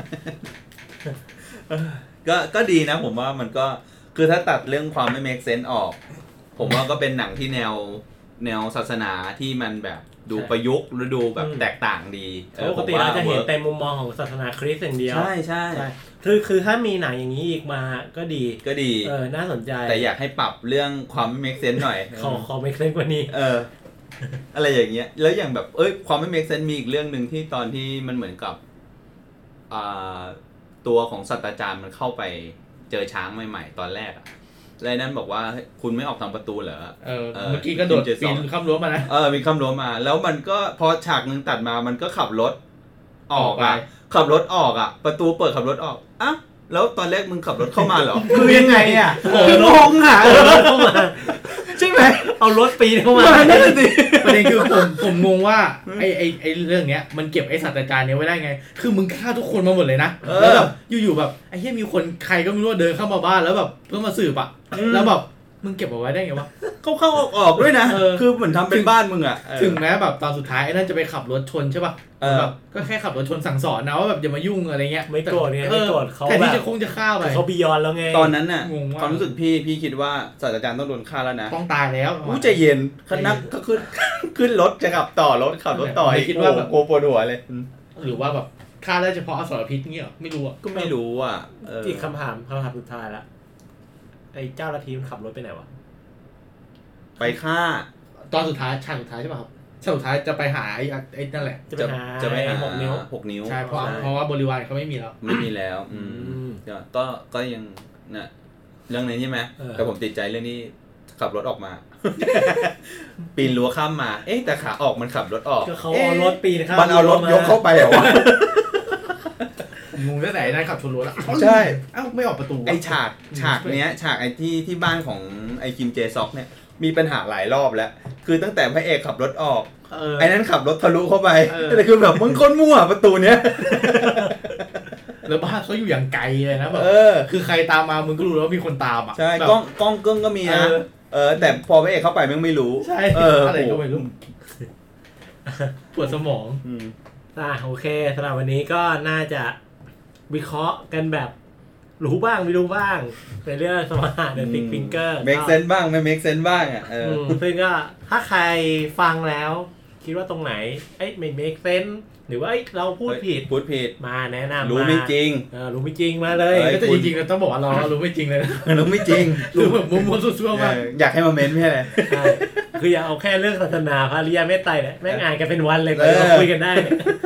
ก็ก็ดีนะผมว่ามันก็คือถ้าตัดเรื่องความไม่ make sense ออกผมว่าก็เป็นหนังที่แนวแนวศาสนาที่มันแบบดูประยุกต์หรือดูแบบแตกต่างดี
ปกติเราจะเห็นแต่มุมมองของศาสนาคริสต์อย่างเดียว
ใช่ใช่
คือคือถ้ามีหนังอย่างนี้อีกมาก็ดี
ก็ดี
เออน่าสนใจ
แต่อยากให้ปรับเรื่องความไม่ make sense หน่อย
ขอขอ make sense กว่านี้
เอออะไรอย่างเงี้ยแล้วอย่างแบบเอ้ยความไม่ make sense มีอีกเรื่องนึงที่ตอนที่มันเหมือนกับอ่าตัวของศาสตราจารย์มันเข้าไปเจอช้างใหม่ๆตอนแรกอ่ะแล้วนั้นบอกว่าคุณไม่ออกทางประตูเหรอ
เออเมื่อกี้ก็โดดปีนข้ามรั้วมานะ
เออมีข้ามรั้วมาแล้วมันก็พอฉากนึงตัดมามันก็ขับรถออกอ่ะขับรถออกอ่ะประตูเปิดขับรถออกอ่ะแล้วตอนแรกมึงขับรถเข้ามาเหรอคือยังไงอ่ะคืองงอ่ะเข้ามาใช่ไหม
เอารถปีนเข้ามา
นั่นสิประเด็นคือผมผมงงว่าไอ้ไอ้ไอ้เรื่องเนี้ยมันเก็บไอ้ศาสตราจารย์เนี้ยไว้ได้ไงคือมึงฆ่าทุกคนมาหมดเลยนะแล้วแบบอยู่ๆแบบไอ้เหี้ยมีคนใครก็ไม่รู้เดินเข้ามาบ้านแล้วแบบเพื่อมาสืบอ่ะแล้วแบบมึงเก็บเอาไว้ได้ไงวะ
เข้าเข้าออกออกด้วยนะคือเหมือนทำเป็นบ้านมึงอ่ะ
ถึงแม้แบบตอนสุดท้ายไอ้นั่นจะไปขับรถชนใช่ป่ะแบบก็แค่ขับรถชนสั่งสอนนะว่าแบบอย่ามายุ่งอะไรเงี้ย
ไม่โกรธไงไม่โกรธเขา
แต่ที่จะคงจะฆ่าไป
เขาบียอนแล้วไง
ตอนนั้นน่ะความรู้สึกพี่พี่คิดว่าศาสตราจารย์ต้องโดนฆ่าแล้วนะ
ต้องตายแล้ว
อู้ใจเย็นขนักก็ขึ้นขึ้นรถจะขับต่อรถขับรถต่อคิดว่าแบบโกปวดหัวเลย
หรือว่าแบบฆ่าได้เฉพาะอสรพิษเงี้ยไม่รู้อ่ะ
ก็ไม่รู้อ่ะ
อีกคำถามคำถามสุดท้ายละไอ้เจ้าลัทธิมันขับรถไปไหนวะ
ไปฆ่า
ตอนสุดท้ายฉากสุดท้ายใช่ป่ะครับฉากสุดท้ายจะไปหาไอ้ไอ้นั่นแหละ
จะไปหาจะไปหาหกนิ้ว
หกนิ้ว
ใช่เพราะเพราะว่าบริวารเขาไม่มีแล้ว
ไม่มีแล้วอืมก็ก็ยังน่ะเรื่องนี้ใช่ไหมแต่ผมติดใจเรื่องนี้ขับรถออกมาปีนรั้วข้ามมาเอ๊ะแต่ขาออกมันขับรถออก
เขาเอารถปีนข้าม
มันเอารถยกเข้าไปเหรอวะ
งงตั้งแต่นั่นขับชนรั้วแล้ว
ใช่
เอ้าไม่ออกประตู
ไอ้ฉากฉากเนี้ยฉากไอ้ที่ที่บ้านของไอ้คิมเจซอกเนี่ยมีปัญหาหลายรอบแล้วคือตั้งแต่พระเอกขับรถออกไอ้นั้นขับรถทะลุเข้าไปแต่คือแบบมึงคนมั่วประตูเนี้ย
แล้วบ้านเขาอยู่อย่างไกลเลยนะแบบคือใครตามมามึงก็รู้แล้วว่ามีคนตามอ่ะ
ใช่กล้องกล้องกึ้งก็มีนะเออแต่พอพระเอกเข้าไปมึงไม่รู้
ใช่อะไรก็ไม่รู้ปวดสมอง
อ่าโอเคสำหรับวันนี้ก็น่าจะวิเคราะห์กันแบบรู้บ้างไม่รู้บ้างในเรื่องสมาร์ทเดอะซิกฟิงเกอร์
เมคเซนส์บ้างไม่เมคเซนส์บ้างอ่ะเออ
ซึ่งก็ถ้าใครฟังแล้วคิดว่าตรงไหนเอ้ยไม่เมคเซนส์หรือว่าเราพูดผิด
พูดผิด
มาแนะนำ
รู้ไม่จริง
เออรู้ไม่จริงมาเลย
ก็จริงๆเราต้องบอกว่าเรารู้ไม่จริงเลยนะ
รู้ไม่จริง
รู้แบบมุมๆสุดๆมาก
อยากให้มาเม้นไม่ใช่เลย
คืออย่าเอาแค่เรื่องศาสนาพระริยเมตไตรเนี่ยแม่งอ่านกันเป็นวันเลยก็คุยกันได้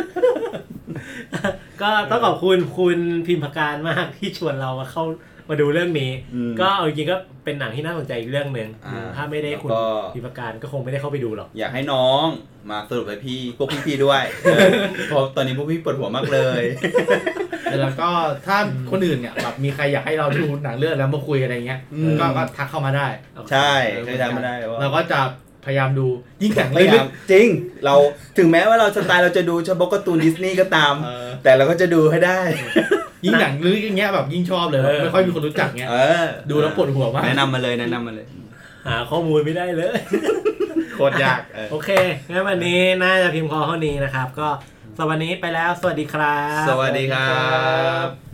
ก็ต้องขอบคุณคุณพิมพการมากที่ชวนเรามาเข้ามาดูเรื่องนี้ก็เอาจริงๆก็เป็นหนังที่น่าสนใจอีกเรื่องนึงถ้าไม่ได้คุณพิมพการก็คงไม่ได้เข้าไปดูหรอก
อยากให้น้องมาสรุปให้พี่พวกพี่ๆด้วยเพราะตอนนี้พวกพี่ปวดหัวมากเลย
แล้วก็ถ้าคนอื่นเนี่ยแบบมีใครอยากให้เราดูหนังเรื่องแล้วมาคุยอะไรเงี้ยก็ก็ทักเข้ามาได้
ใช่ไม่ทักมาได้
เราก็จะพยายามดูยิ่งหนังเ
รื่องจริงเราถึงแม้ว่าเราสไตล์เราจะดูเฉพาะการ์ตูนดิสนีย์ก็ตามแต่เราก็จะดูให้ได้
ยิ่งหนังเรื่องอย่างเงี้ยแบบยิ่งชอบเลยไม่ค่อยมีคนรู้จักเงี้ยดูแล้วปวดหัวมาก
แนะนำมาเลยแนะนำมาเลย
หาข้อมูลไม่ได้เลย
โคตรยาก
โอเคงั้นวันนี้น่าจะเพียงพอเท่านี้นะครับก็สวัสดีไปแล้วสวัสดีครับ
สวัสดีครับ